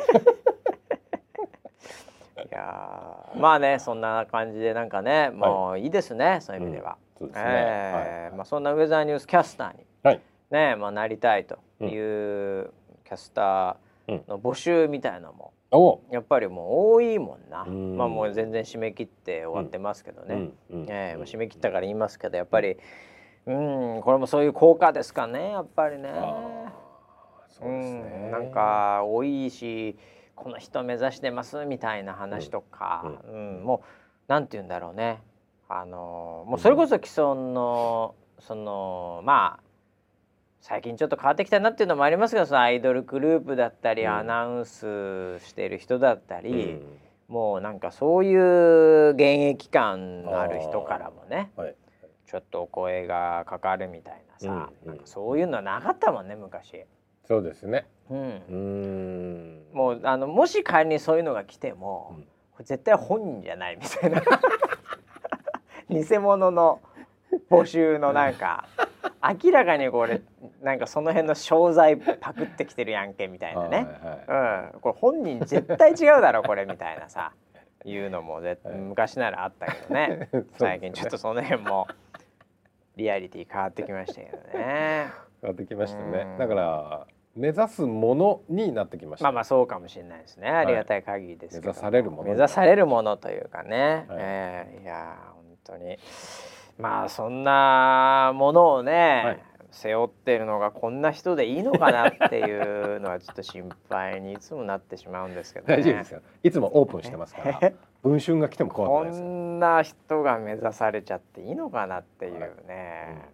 やまあね、そんな感じでなんかね、もういいですね、そういう意味では。そうですね。そんなウェザーニュースキャスターに。ね、なりたいというキャスターの募集みたいなのもやっぱりもう多いもんな。もう全然締め切って終わってますけどね。締め切ったから言いますけど、やっぱりこれもそういう効果ですかね、やっぱりね。 そうですね。 なんか多いし、この人目指してますみたいな話とか、もうなんて言うんだろうね。もうそれこそ既存のその最近ちょっと変わってきたなっていうのもありますけど、そのアイドルグループだったり、アナウンスしている人だったり、もうなんかそういう現役感のある人からもね、ちょっとお声がかかるみたいなさ、なんかそういうのはなかったもんね、昔。 そうですね。 もうもし仮にそういうのが来ても、これ絶対本人じゃないみたいな偽物の募集のなんか明らかにこれなんかその辺の商材パクってきてるやんけみたいなね。これ本人絶対違うだろこれみたいなさいうのも昔ならあったけどね。最近ちょっとその辺もリアリティ変わってきましたけどね。 変わってきましたね。だから目指すものになってきました。 まあそうかもしれないですね。ありがたい限りですけど。 目指されるもの。 目指されるものというかね。いや本当にそんなものをね、背負ってるのがこんな人でいいのかなっていうのはちょっと心配にいつもなってしまうんですけどね。 大丈夫ですよ。いつもオープンしてますから。文春が来ても怖くないですよ。 こんな人が目指されちゃっていいのかなっていうね。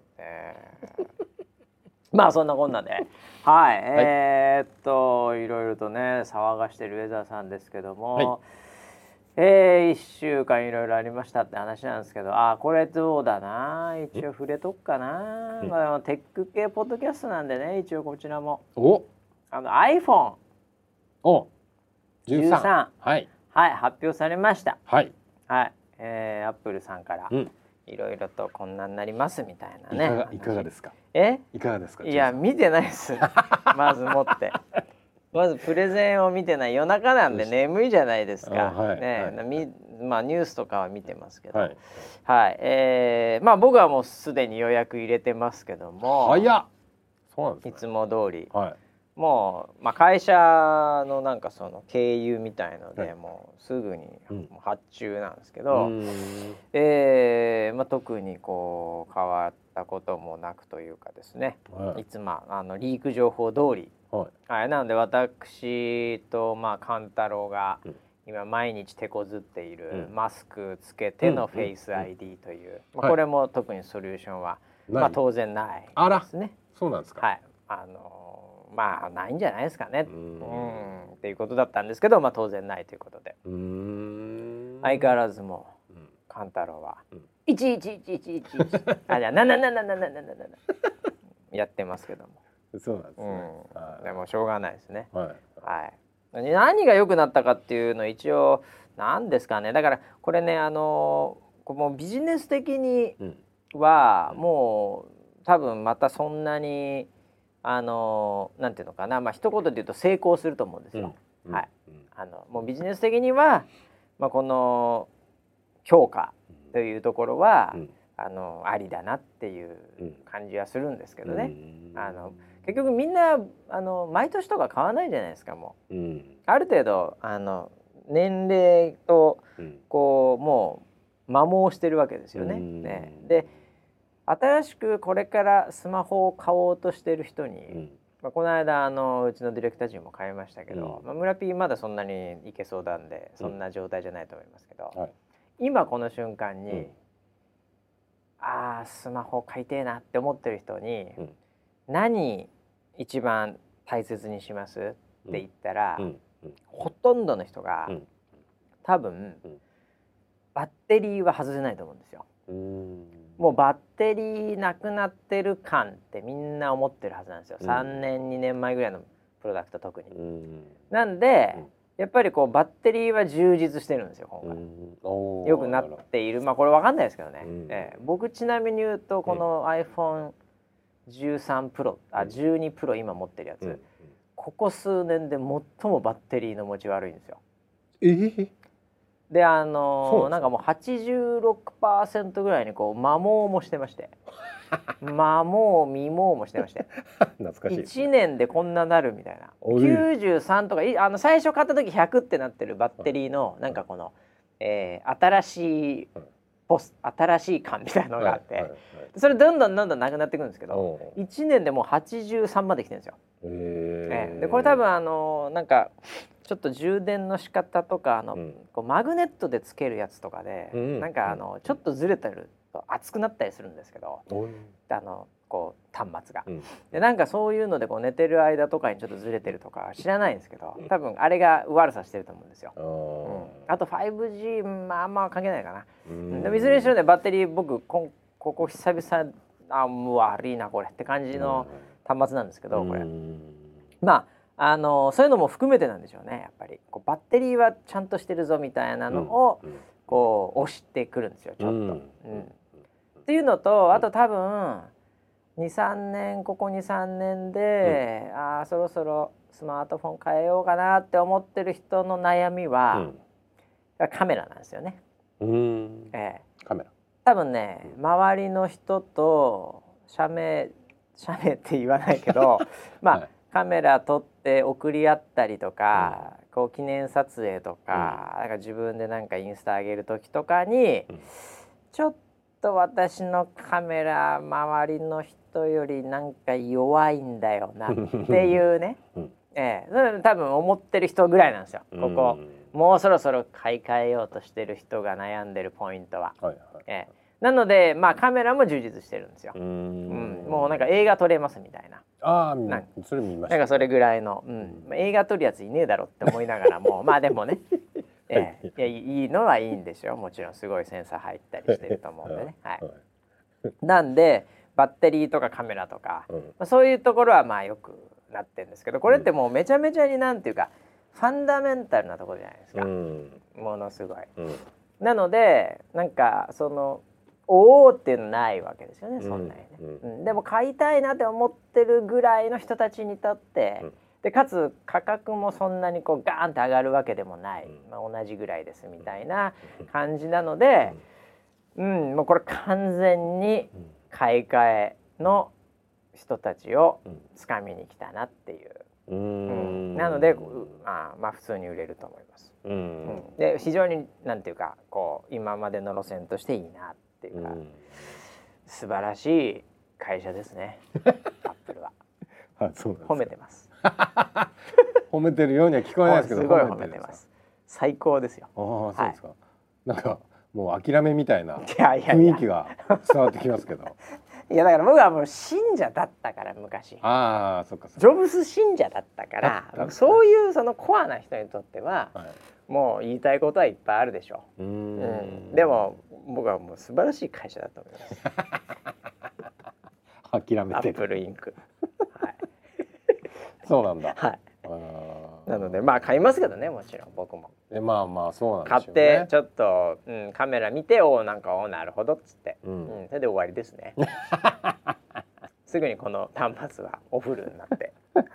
そんなこんなで、いろいろとね騒がしてるウェザーさんですけども、1週間いろいろありましたって話なんですけど、これどうだな、一応触れとくかな。テック系ポッドキャストなんでね、一応こちらもiPhone 13発表されました。Apple さんからいろいろとこんなになりますみたいなね。 いかがですか。 いかがですか。いや見てないですまずもってまずプレゼンを見てない。夜中なんで眠いじゃないですか。ニュースとかは見てますけど、僕はもうすでに予約入れてますけども、 早っ。そうなんですね。 いつも通り、 もう、会社のなんかその経由みたいので、もうすぐに発注なんですけど、特にこう変わったこともなくというかですね、いつリーク情報通り、なので私と勘太郎が今毎日手こずっているマスクつけてのフェイス ID という、これも特にソリューションは当然ないですね。 そうなんですか。 ないんじゃないですかねっていうことだったんですけど、当然ないということで、相変わらずも勘太郎は111111じゃあ77777やってますけども。 そうなんですね。 でもしょうがないですね。何が良くなったかっていうの一応なんですかね。だからこれねもうビジネス的にはもう多分またそんなになんていうのかな、一言で言うと成功すると思うんですよ。もうビジネス的には、この評価というところは、ありだなっていう感じはするんですけどね。結局みんな毎年とか買わないじゃないですか。もう、ある程度年齢とこうもう摩耗してるわけですよね。で新しくこれからスマホを買おうとしている人に、この間うちのディレクター陣も買いましたけど、村 P まだそんなにいけそうなんでそんな状態じゃないと思いますけど、今この瞬間に、スマホ買いてえなって思ってる人に、何一番大切にしますって言ったら、ほとんどの人が、多分、バッテリーは外せないと思うんですよ。もうバッテリーなくなってる感ってみんな思ってるはずなんですよ。3年2年前ぐらいのプロダクト特に。なんで、やっぱりこうバッテリーは充実してるんですよ今回。よくなっている。これわかんないですけどね。僕ちなみに言うとこの iPhone13 Pro 12 Pro 今持ってるやつ、ここ数年で最もバッテリーの持ち悪いんですよ。でなんかもう 86% ぐらいにこう摩耗もしてまして摩耗未毛もしてまして懐かしいですね。 1年でこんななるみたいな。93とか最初買った時100ってなってるバッテリーのなんかこの、新しい感みたいなのがあって、それどんどんなくなっていくんですけど、1年でもう83まで来てるんですよ。でこれ多分なんかちょっと充電の仕方とかこうマグネットでつけるやつとかで、なんかちょっとずれてると熱くなったりするんですけど、こう端末が、でなんかそういうのでこう寝てる間とかにちょっとずれてるとか知らないんですけど、多分あれが悪さしてると思うんですよ。あと 5G あんま関係ないかな。でもいずれにしろね、バッテリー僕ここ久々もう悪いなこれって感じの端末なんですけど、これそういうのも含めてなんでしょうね。やっぱりこうバッテリーはちゃんとしてるぞみたいなのをこう押してくるんですよちょっと。っていうのと、あと多分2,3年ここ 2,3 年で、そろそろスマートフォン変えようかなって思ってる人の悩みは、カメラなんですよね。 カメラ多分ね、周りの人と写メって言わないけどカメラ撮って送り合ったりとか、こう記念撮影とか、なんか自分でなんかインスタ上げる時とかに、ちょっと私のカメラ周りの人よりなんか弱いんだよなっていうね、それ多分思ってる人ぐらいなんですよ。ここもうそろそろ買い替えようとしてる人が悩んでるポイントは。なのでカメラも充実してるんですよ。もうなんか映画撮れますみたいな。 それ見ました。 なんかそれぐらいの、映画撮るやついねえだろって思いながらもでもね、いいのはいいんでしょ。もちろんすごいセンサー入ったりしてると思うんでね。なんでバッテリーとかカメラとか、そういうところはよくなってるんですけど、これってもうめちゃめちゃになんていうかファンダメンタルなところじゃないですか。ものすごい。なのでなんかそのおおっていうのないわけですよね、そんなにね。でも買いたいなって思ってるぐらいの人たちにとって、でかつ価格もそんなにこうガーンって上がるわけでもない、同じぐらいですみたいな感じなので、もうこれ完全に買い替えの人たちを掴みに来たなっていうなのでまあ普通に売れると思います。で非常になんていうかこう今までの路線としていいなっていうか、素晴らしい会社ですねアップルは。 そうなんです。 褒めてます。 褒めてるようには聞こえないですけど、 すごい褒めてます。最高ですよ。 そうですか。なんかもう諦めみたいな雰囲気が伝わってきますけど。 いやだから僕はもう信者だったから昔。 そっかそっか。 ジョブズ信者だったから、そういうそのコアな人にとっては、もう言いたいことはいっぱいあるでしょう。でも僕はもう素晴らしい会社だと思います。 諦めてる。 アップルインク。 そうなんだ。 なのでまあ買いますけどね、もちろん僕も。 まあそうなんですよね。買ってちょっと、カメラ見てなんかなるほどっつって、それで終わりですね。すぐにこの端末はオフルになって、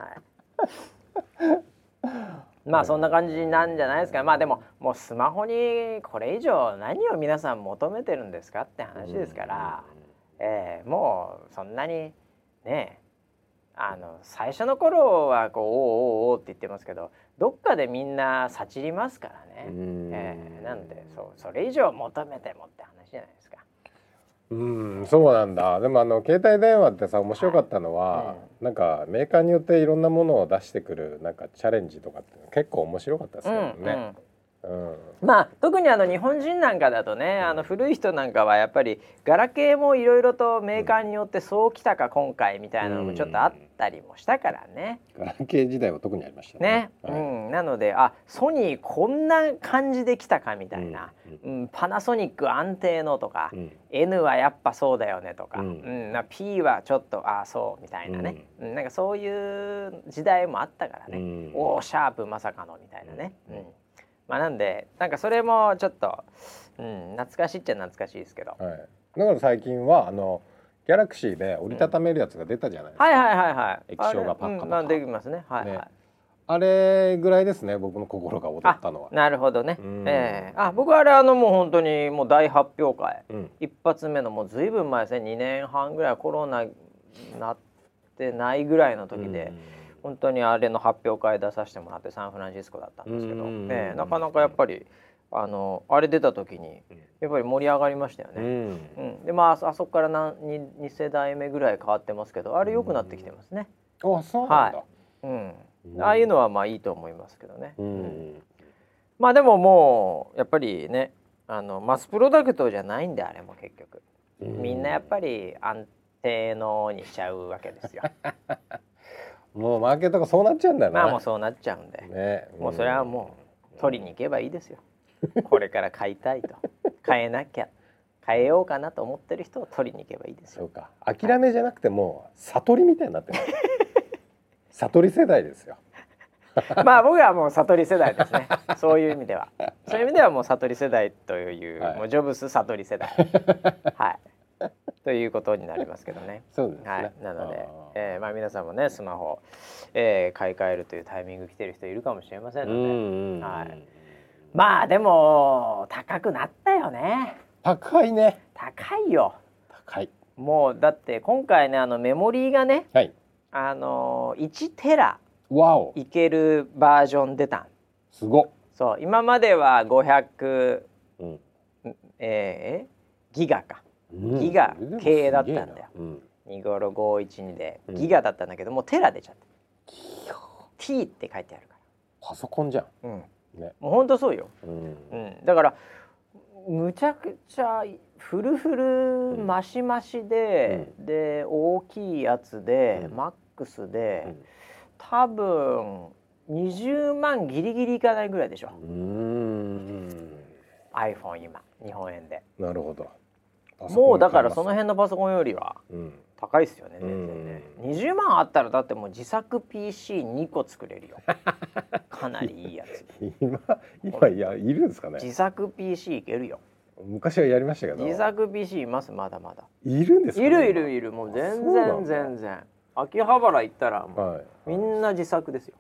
まあそんな感じなんじゃないですか。まあでももうスマホにこれ以上何を皆さん求めてるんですかって話ですから、もうそんなにね。最初の頃はこうおーって言ってますけど、どっかでみんな悟りますからね。なのでそれ以上求めてもって話じゃないですか。 そうなんだ。でも携帯電話ってさ面白かったのは、なんかメーカーによっていろんなものを出してくるなんかチャレンジとかって結構面白かったですよね。 まあ特に日本人なんかだとね、古い人なんかはやっぱりガラケーもいろいろとメーカーによってそうきたか今回みたいなのもちょっとあったりもしたからね。 ガラケー時代は特にありましたね。 なのでソニーこんな感じできたかみたいな、パナソニック安定のとか、N はやっぱそうだよねとか、P はちょっとそうみたいなね、なんかそういう時代もあったからね。シャープまさかのみたいなね。まあなんでなんかそれもちょっと、懐かしいっちゃ懐かしいですけど、 だから最近はギャラクシーで折りたためるやつが出たじゃないですか。液晶がパッカパカできますね。 あれぐらいですね、僕の心が躍ったのは。 なるほどね。僕はあれもう本当にもう大発表会、一発目のもうずいぶん前ですね、2年半ぐらいコロナなってないぐらいの時で。本当にあれの発表会出させてもらってサンフランシスコだったんですけど、なかなかやっぱりあれ出た時にやっぱり盛り上がりましたよね。であそこから2世代目ぐらい変わってますけど、あれ良くなってきてますね。 そうなんだ。 ああいうのはまあいいと思いますけどね。まあでももうやっぱりね、マスプロダクトじゃないんで、あれも結局みんなやっぱり安定のにしちゃうわけですよ。 もうマーケットがそうなっちゃうんだよね。 もうそうなっちゃうんで、もうそれはもう取りに行けばいいですよ。これから買いたいと、買えなきゃ、買えようかなと思ってる人を取りに行けばいいですよ。 そうか、諦めじゃなくてもう悟りみたいになってる。悟り世代ですよ。 まあ僕はもう悟り世代ですね。そういう意味ではもう悟り世代という、もうジョブス悟り世代ということになりますけどね。 そうですね。 なので、皆さんもねスマホ、買い替えるというタイミング来てる人いるかもしれませんので、まあでも高くなったよね。 高いね。 高いよ。 高い。 もうだって今回ねメモリーがね、1テラいけるバージョン出たん。 すごっ。 そう、今までは500、ギガか。ギガ系だったんだよ。25512でギガだったんだけど、もうテラ出ちゃって。T って書いてあるから。 パソコンじゃん。 もう本当そうよ。だからむちゃくちゃフルフルマシマシで、で大きいやつで、マックスで、多分20万ギリギリいかないぐらいでしょ。iPhone 今日本円で。 なるほど。 もうだからその辺のパソコンよりは高いですよね、全然ね。20万あったらだってもう自作 PC2 個作れるよ。かなりいいやつ。 今いるんですかね。 自作 PC いけるよ。 昔はやりましたけど。 自作 PC います、まだまだ。 いるんですか。 いるもう全然。秋葉原行ったらもうみんな自作ですよ。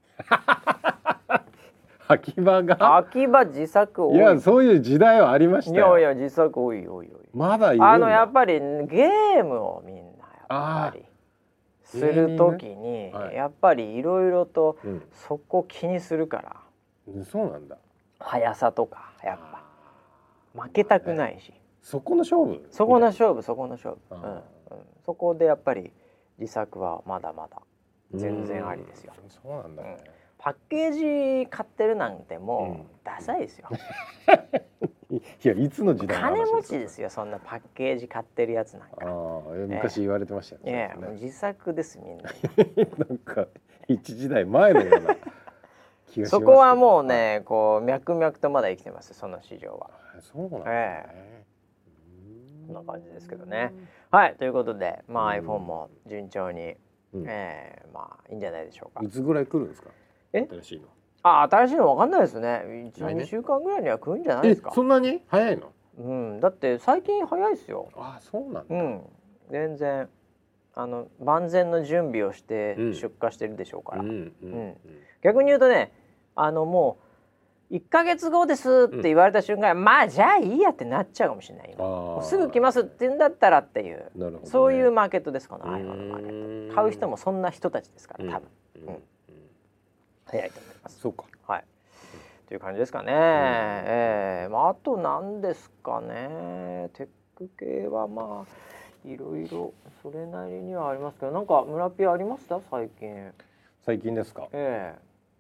秋葉自作多い。 いや、そういう時代はありましたよ。 いや自作多い。 まだいるんだ。 やっぱりゲームをみんなやっぱりする時に、やっぱりいろいろとそこ気にするから、 そうなんだ。 速さとかやっぱ負けたくないし、 そこの勝負、 そこの勝負、そこでやっぱり自作はまだまだ全然ありですよ。 そうなんだね。 パッケージ買ってるなんてもうダサいですよ。 いや、いつの時代の話ですか。 金持ちですよ、そんなパッケージ買ってるやつなんか。 昔言われてましたよね。 自作ですみんな。 なんか一時代前のような気がします。 そこはもうね、こう脈々とまだ生きてます、その市場は。 そうなんですね。 こんな感じですけどね。はい、ということで、iPhone も順調に、まあいいんじゃないでしょうか。 いつぐらい来るんですか。新しいの。 新しいのわかんないですね。2週間ぐらいには来るんじゃないですか。 そんなに早いの？だって最近早いですよ。 そうなんだ。 全然万全の準備をして出荷してるでしょうから。逆に言うとね、もう1ヶ月後ですって言われた瞬間、まあじゃあいいやってなっちゃうかもしれない。すぐ来ますって言うんだったらっていう、そういうマーケットです、この iPhone のマーケット。買う人もそんな人たちですから多分。早いと思います。 そうか。 はい。という感じですかね。あと何ですかね。テック系はまあいろいろそれなりにはありますけど、なんか村ピありました最近。 最近ですか。あれ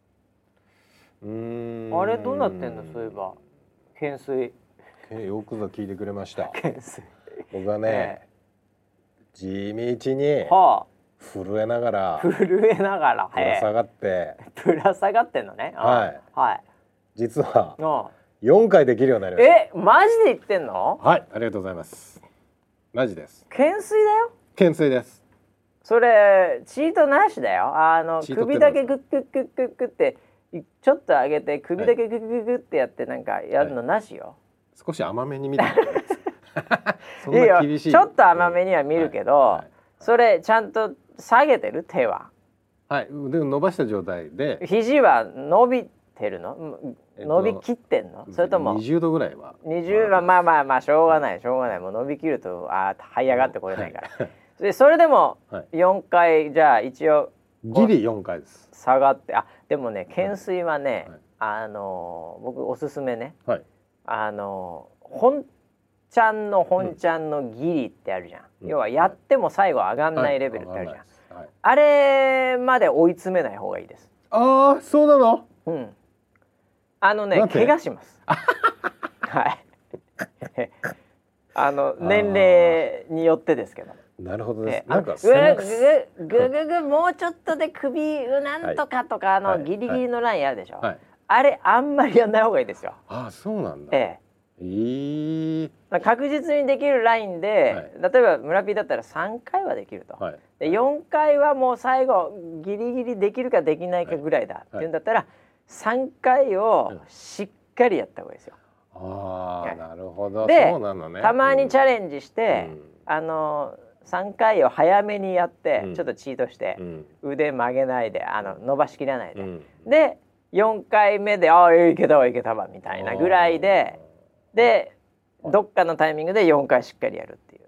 どうなってんの、そういえば懸垂。 よくぞ聞いてくれました。懸垂。僕はね、地道に。震えながらぶら下がってんのね。はい。実は4回できるようになりました。 マジで言ってんの？ はい、ありがとうございます。マジです。 懸垂だよ。 懸垂です。 それチートなしだよ。首だけグッグッグッグッグってちょっと上げて首だけグッグッグッってやってなんかやるのなしよ。 少し甘めに見てそんな厳しい。 ちょっと甘めには見るけど、それちゃんと下げてる？手は。 はい、腕を伸ばした状態で。 肘は伸びてるの？伸びきってんの？それとも 20度ぐらいは。 20はまあしょうがない。もう伸びきると這い上がってこれないから。でそれでも4回じゃあ一応ギリ4回です。 下がって、でもね懸垂はね、僕おすすめね。本ちゃんのギリってあるじゃん。要はやっても最後上がんないレベルってあるじゃん。あれまで追い詰めない方がいいです。 そうなの？ 怪我します。はい。年齢によってですけど。 なるほどです。なんかぐもうちょっとで首なんとかとかギリギリのラインあるでしょ。あれあんまりやんない方がいいですよ。 そうなんだ。 確実にできるラインで、例えば村 P だったら3回はできると、で4回はもう最後ギリギリできるかできないかぐらいだっていうんだったら、3回をしっかりやった方がいいですよ。 なるほど。 でそうなのね。 たまにチャレンジして、3回を早めにやって、ちょっとチートして、腕曲げないで伸ばしきらないで、で4回目でいけたわみたいなぐらいでどっかのタイミングで4回しっかりやるっていう。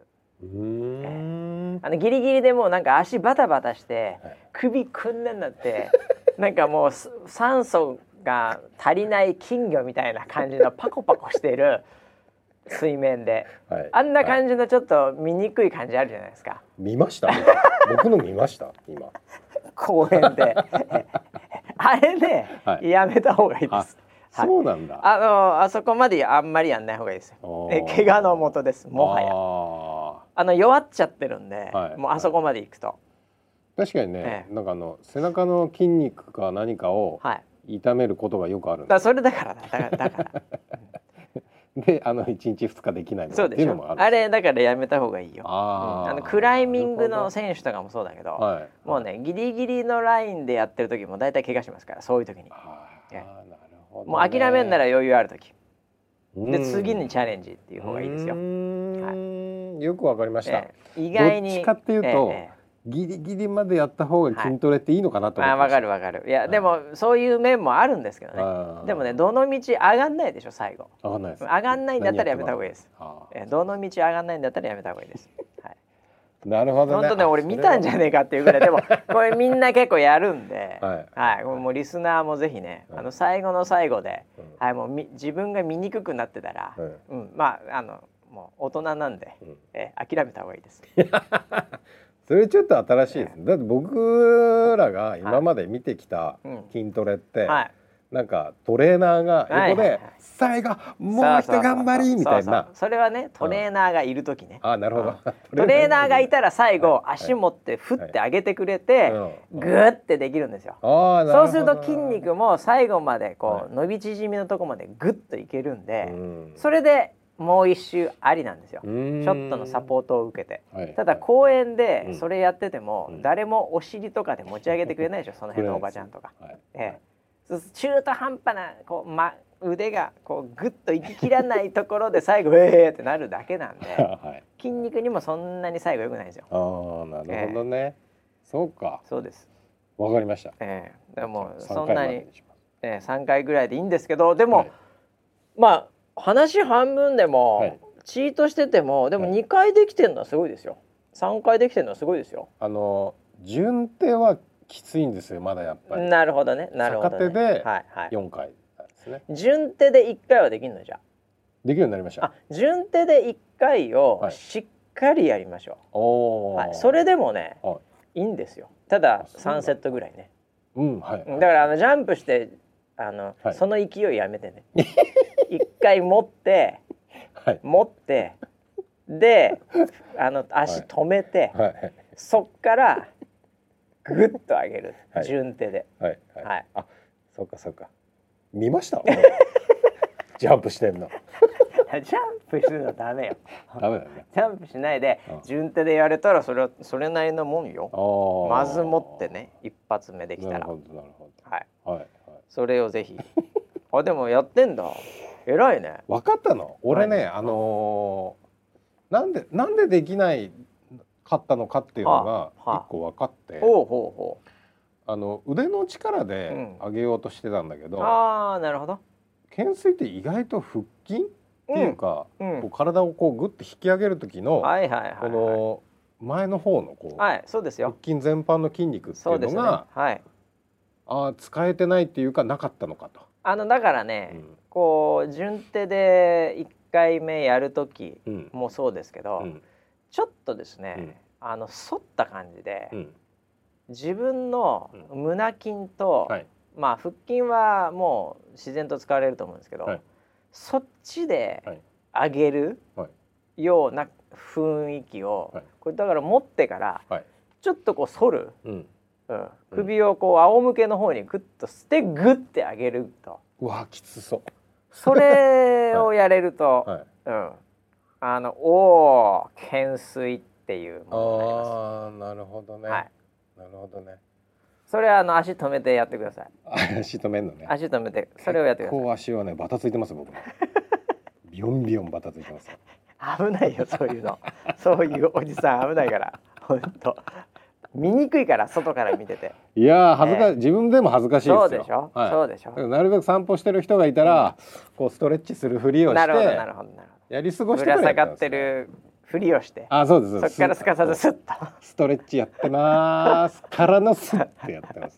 ギリギリでもうなんか足バタバタして首くんでんなってなんかもう酸素が足りない金魚みたいな感じのパコパコしてる水面で、あんな感じのちょっと見にくい感じあるじゃないですか。 見ました？僕の見ました今公園であれね、やめた方がいいです。 そうなんだ。 あそこまであんまりやんない方がいいですよ。怪我のもとです。もはや弱っちゃってるんで、もうあそこまで行くと。 確かにね、なんか背中の筋肉か何かを痛めることがよくあるんです。 それだからで1日2日できないっていうのもある。 あれだからやめた方がいいよ。クライミングの選手とかもそうだけど、もうねギリギリのラインでやってる時もだいたい怪我しますから、そういう時に。もう諦めんなら余裕ある時で次にチャレンジっていう方がいいですよ。 よくわかりました。 意外にどっちかっていうとギリギリまでやった方が筋トレっていいのかなと思ってました。 わかる。いやでもそういう面もあるんですけどね。でもねどの道上がんないでしょ最後。 上がんないです。 上がんないんだったらやめた方がいいです。どの道上がんないんだったらやめた方がいいです。 なるほどね。 本当ね、俺見たんじゃねえかっていうぐらい、でもこれみんな結構やるんで、はい、もうリスナーもぜひね、最後の最後で、はい、もう自分が見にくくなってたら、まあもう大人なんで、諦めた方がいいです。 それちょっと新しいですね。だって僕らが今まで見てきた筋トレって、なんかトレーナーが横で最後もう一頑張りみたいな。 それはね、トレーナーがいる時ね。 あ、なるほど。 トレーナーがいたら最後足持って振って上げてくれて、グッてできるんですよ。そうすると筋肉も最後までこう伸び縮みのとこまでグッといけるんで、それでもう一周ありなんですよ。ショットのサポートを受けて。ただ公園でそれやってても、誰もお尻とかで持ち上げてくれないでしょ、その辺のおばちゃんとか。中途半端なこう、腕がこうグッといききらないところで最後ってなるだけなんで、筋肉にもそんなに最後良くないんですよ。 ああ、なるほどね。そうか。 そうです。 わかりました。 でもそんなに3回ぐらいでいいんですけど、でもまあ話半分でも、チートしててもでも2回できてるのはすごいですよ。3回できてるのはすごいですよ。 順手はきついんですよ、まだやっぱり。 なるほどね、なるほどね。 逆手で4回なんですね。 順手で1回はできるの？じゃあできるようになりました。 順手で1回をしっかりやりましょう。それでもね、いいんですよ。ただ3セットぐらいね。だからジャンプしてその勢いやめてね。1回持ってで足止めて、そっからグッと上げる、順手で。 あ、そうかそうか。見ました。ジャンプしてんの。 ジャンプするのダメよ。 ダメだね。 ジャンプしないで順手でやれたらそれなりのもんよ。まず持ってね、一発目できたら。なるほどなるほど。はい。それをぜひ。でもやってんだ。偉いね。 分かったの。俺ね、なんでできないかったのかっていうのが一個分かって。腕の力で上げようとしてたんだけど。 なるほど。 懸垂って意外と腹筋っていうか、こう体をこうグッと引き上げる時のこの前の方のこうそうですよ。 腹筋全般の筋肉っていうのが使えてないっていうかなかったのかと。 だからね、こう順手で1回目やる時もそうですけど、ちょっとですね、反った感じで自分の胸筋と、まあ腹筋はもう自然と使われると思うんですけど、そっちで上げるような雰囲気を、これだから持ってからちょっとこう反る、首をこう仰向けの方にグッとしてグッて上げると。 うわ、きつそう。 それをやれると、懸垂っていうものになります。 なるほどね。なるほどね。 それは足止めてやってください。 足止めんのね。 足止めてそれをやってください。 こう足はねバタついてます僕も。ビヨンビヨンバタついてます。 危ないよそういうの。そういうおじさん危ないから本当。見にくいから外から見てて。 いや恥ずかしい、自分でも恥ずかしいですよ。 そうでしょ。そうでしょ。 なるべく散歩してる人がいたら、こうストレッチするふりをして。なるほどなるほどなるほど。やり過ごしてくれ。ぶら下がってるふりをして。 そうです。 そっからすかさずスッとストレッチやってますからのスッてやってます。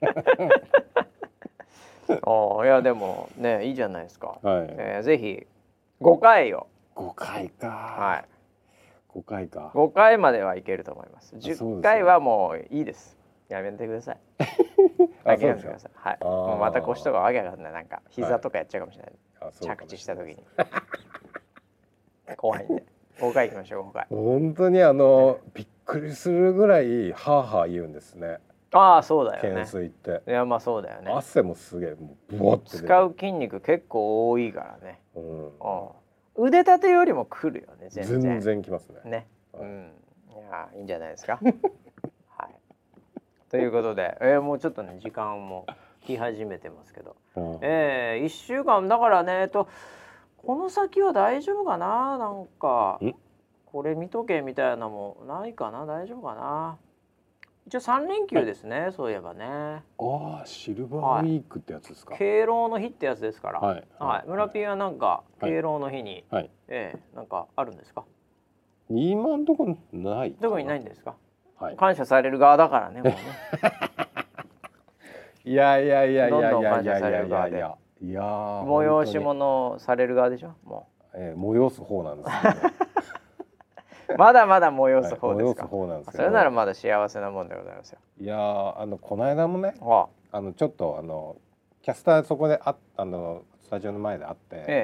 いやでもねいいじゃないですか。ぜひ5回を。 5回か。 はい。 5回か。 5回まではいけると思います。10回はもういいです。やめてください。諦めてください。はい。もうまた腰とかわけわかんない、なんか膝とかやっちゃうかもしれない。着地した時に。怖いんで。5回いきましょう。5回。 本当にびっくりするぐらいハーハー言うんですね。 そうだよね。 懸垂って。 いやまあそうだよね。 汗もすげえもうブワッて使う筋肉結構多いからね。腕立てよりもくるよね。 全然きますね。 ね。いやいいんじゃないですか。はい。ということで、もうちょっとね時間も来始めてますけど、1週間だからねこの先は大丈夫かな、なんかこれ見とけみたいなのもないかな、大丈夫かな。一応3連休ですね、そういえばね。 シルバーウィークってやつですか。 敬老の日ってやつですから。村ピーはなんか敬老の日になんかあるんですか。 今のところないどこにないんですか、 はい、 感謝される側だからねもうねいやいやいやいやいやどんどん感謝される側でいや催し物される側でしょもう、催す方なんですけど、ねまだまだ催す方ですか、 催す方なんですけどそれならまだ幸せなもんでございますよ。 いやこの間もね、ちょっとキャスターそこでスタジオの前で会って、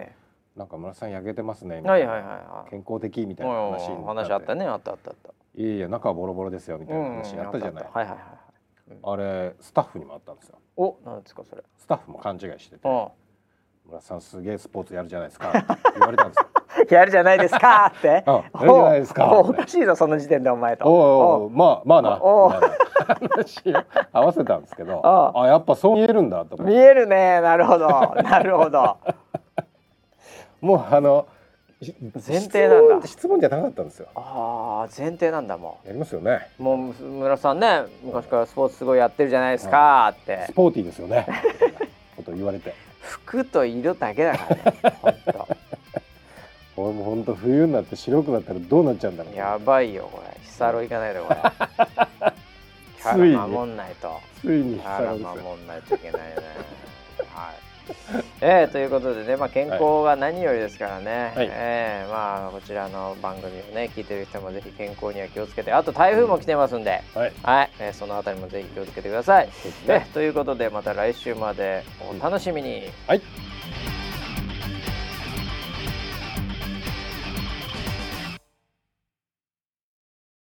なんか村さん焼けてますねみたいな、健康的みたいな話あったね、あった。 いや中はボロボロですよみたいな話あったじゃない。あれスタッフにもあったんですよ。 お、なんですかそれ。 スタッフも勘違いしてて、村さんすげえスポーツやるじゃないですかって言われたんですよ。 やるじゃないですかってやるじゃないですか。 おかしいぞその時点でお前と。 まあな話を合わせたんですけど、やっぱそう見えるんだと思って。 見えるね、なるほどなるほど。 もう前提なんだ。 質問じゃなかったんですよ。 前提なんだ。もうやりますよね。 もう村さんね、昔からスポーツすごいやってるじゃないですかって、 スポーティーですよねこと言われて、 服と色だけだからね。本当俺も本当冬になって白くなったらどうなっちゃうんだろう。 やばいよこれ。ヒサロ行かないでこれ。キャラ守んないと。 ついにキャラ守んないといけないね。はい。ということでね、健康が何よりですからね。こちらの番組をね聞いてる人もぜひ健康には気をつけて、あと台風も来てますんで、そのあたりもぜひ気をつけてください。ということでまた来週までお楽しみに。 はい。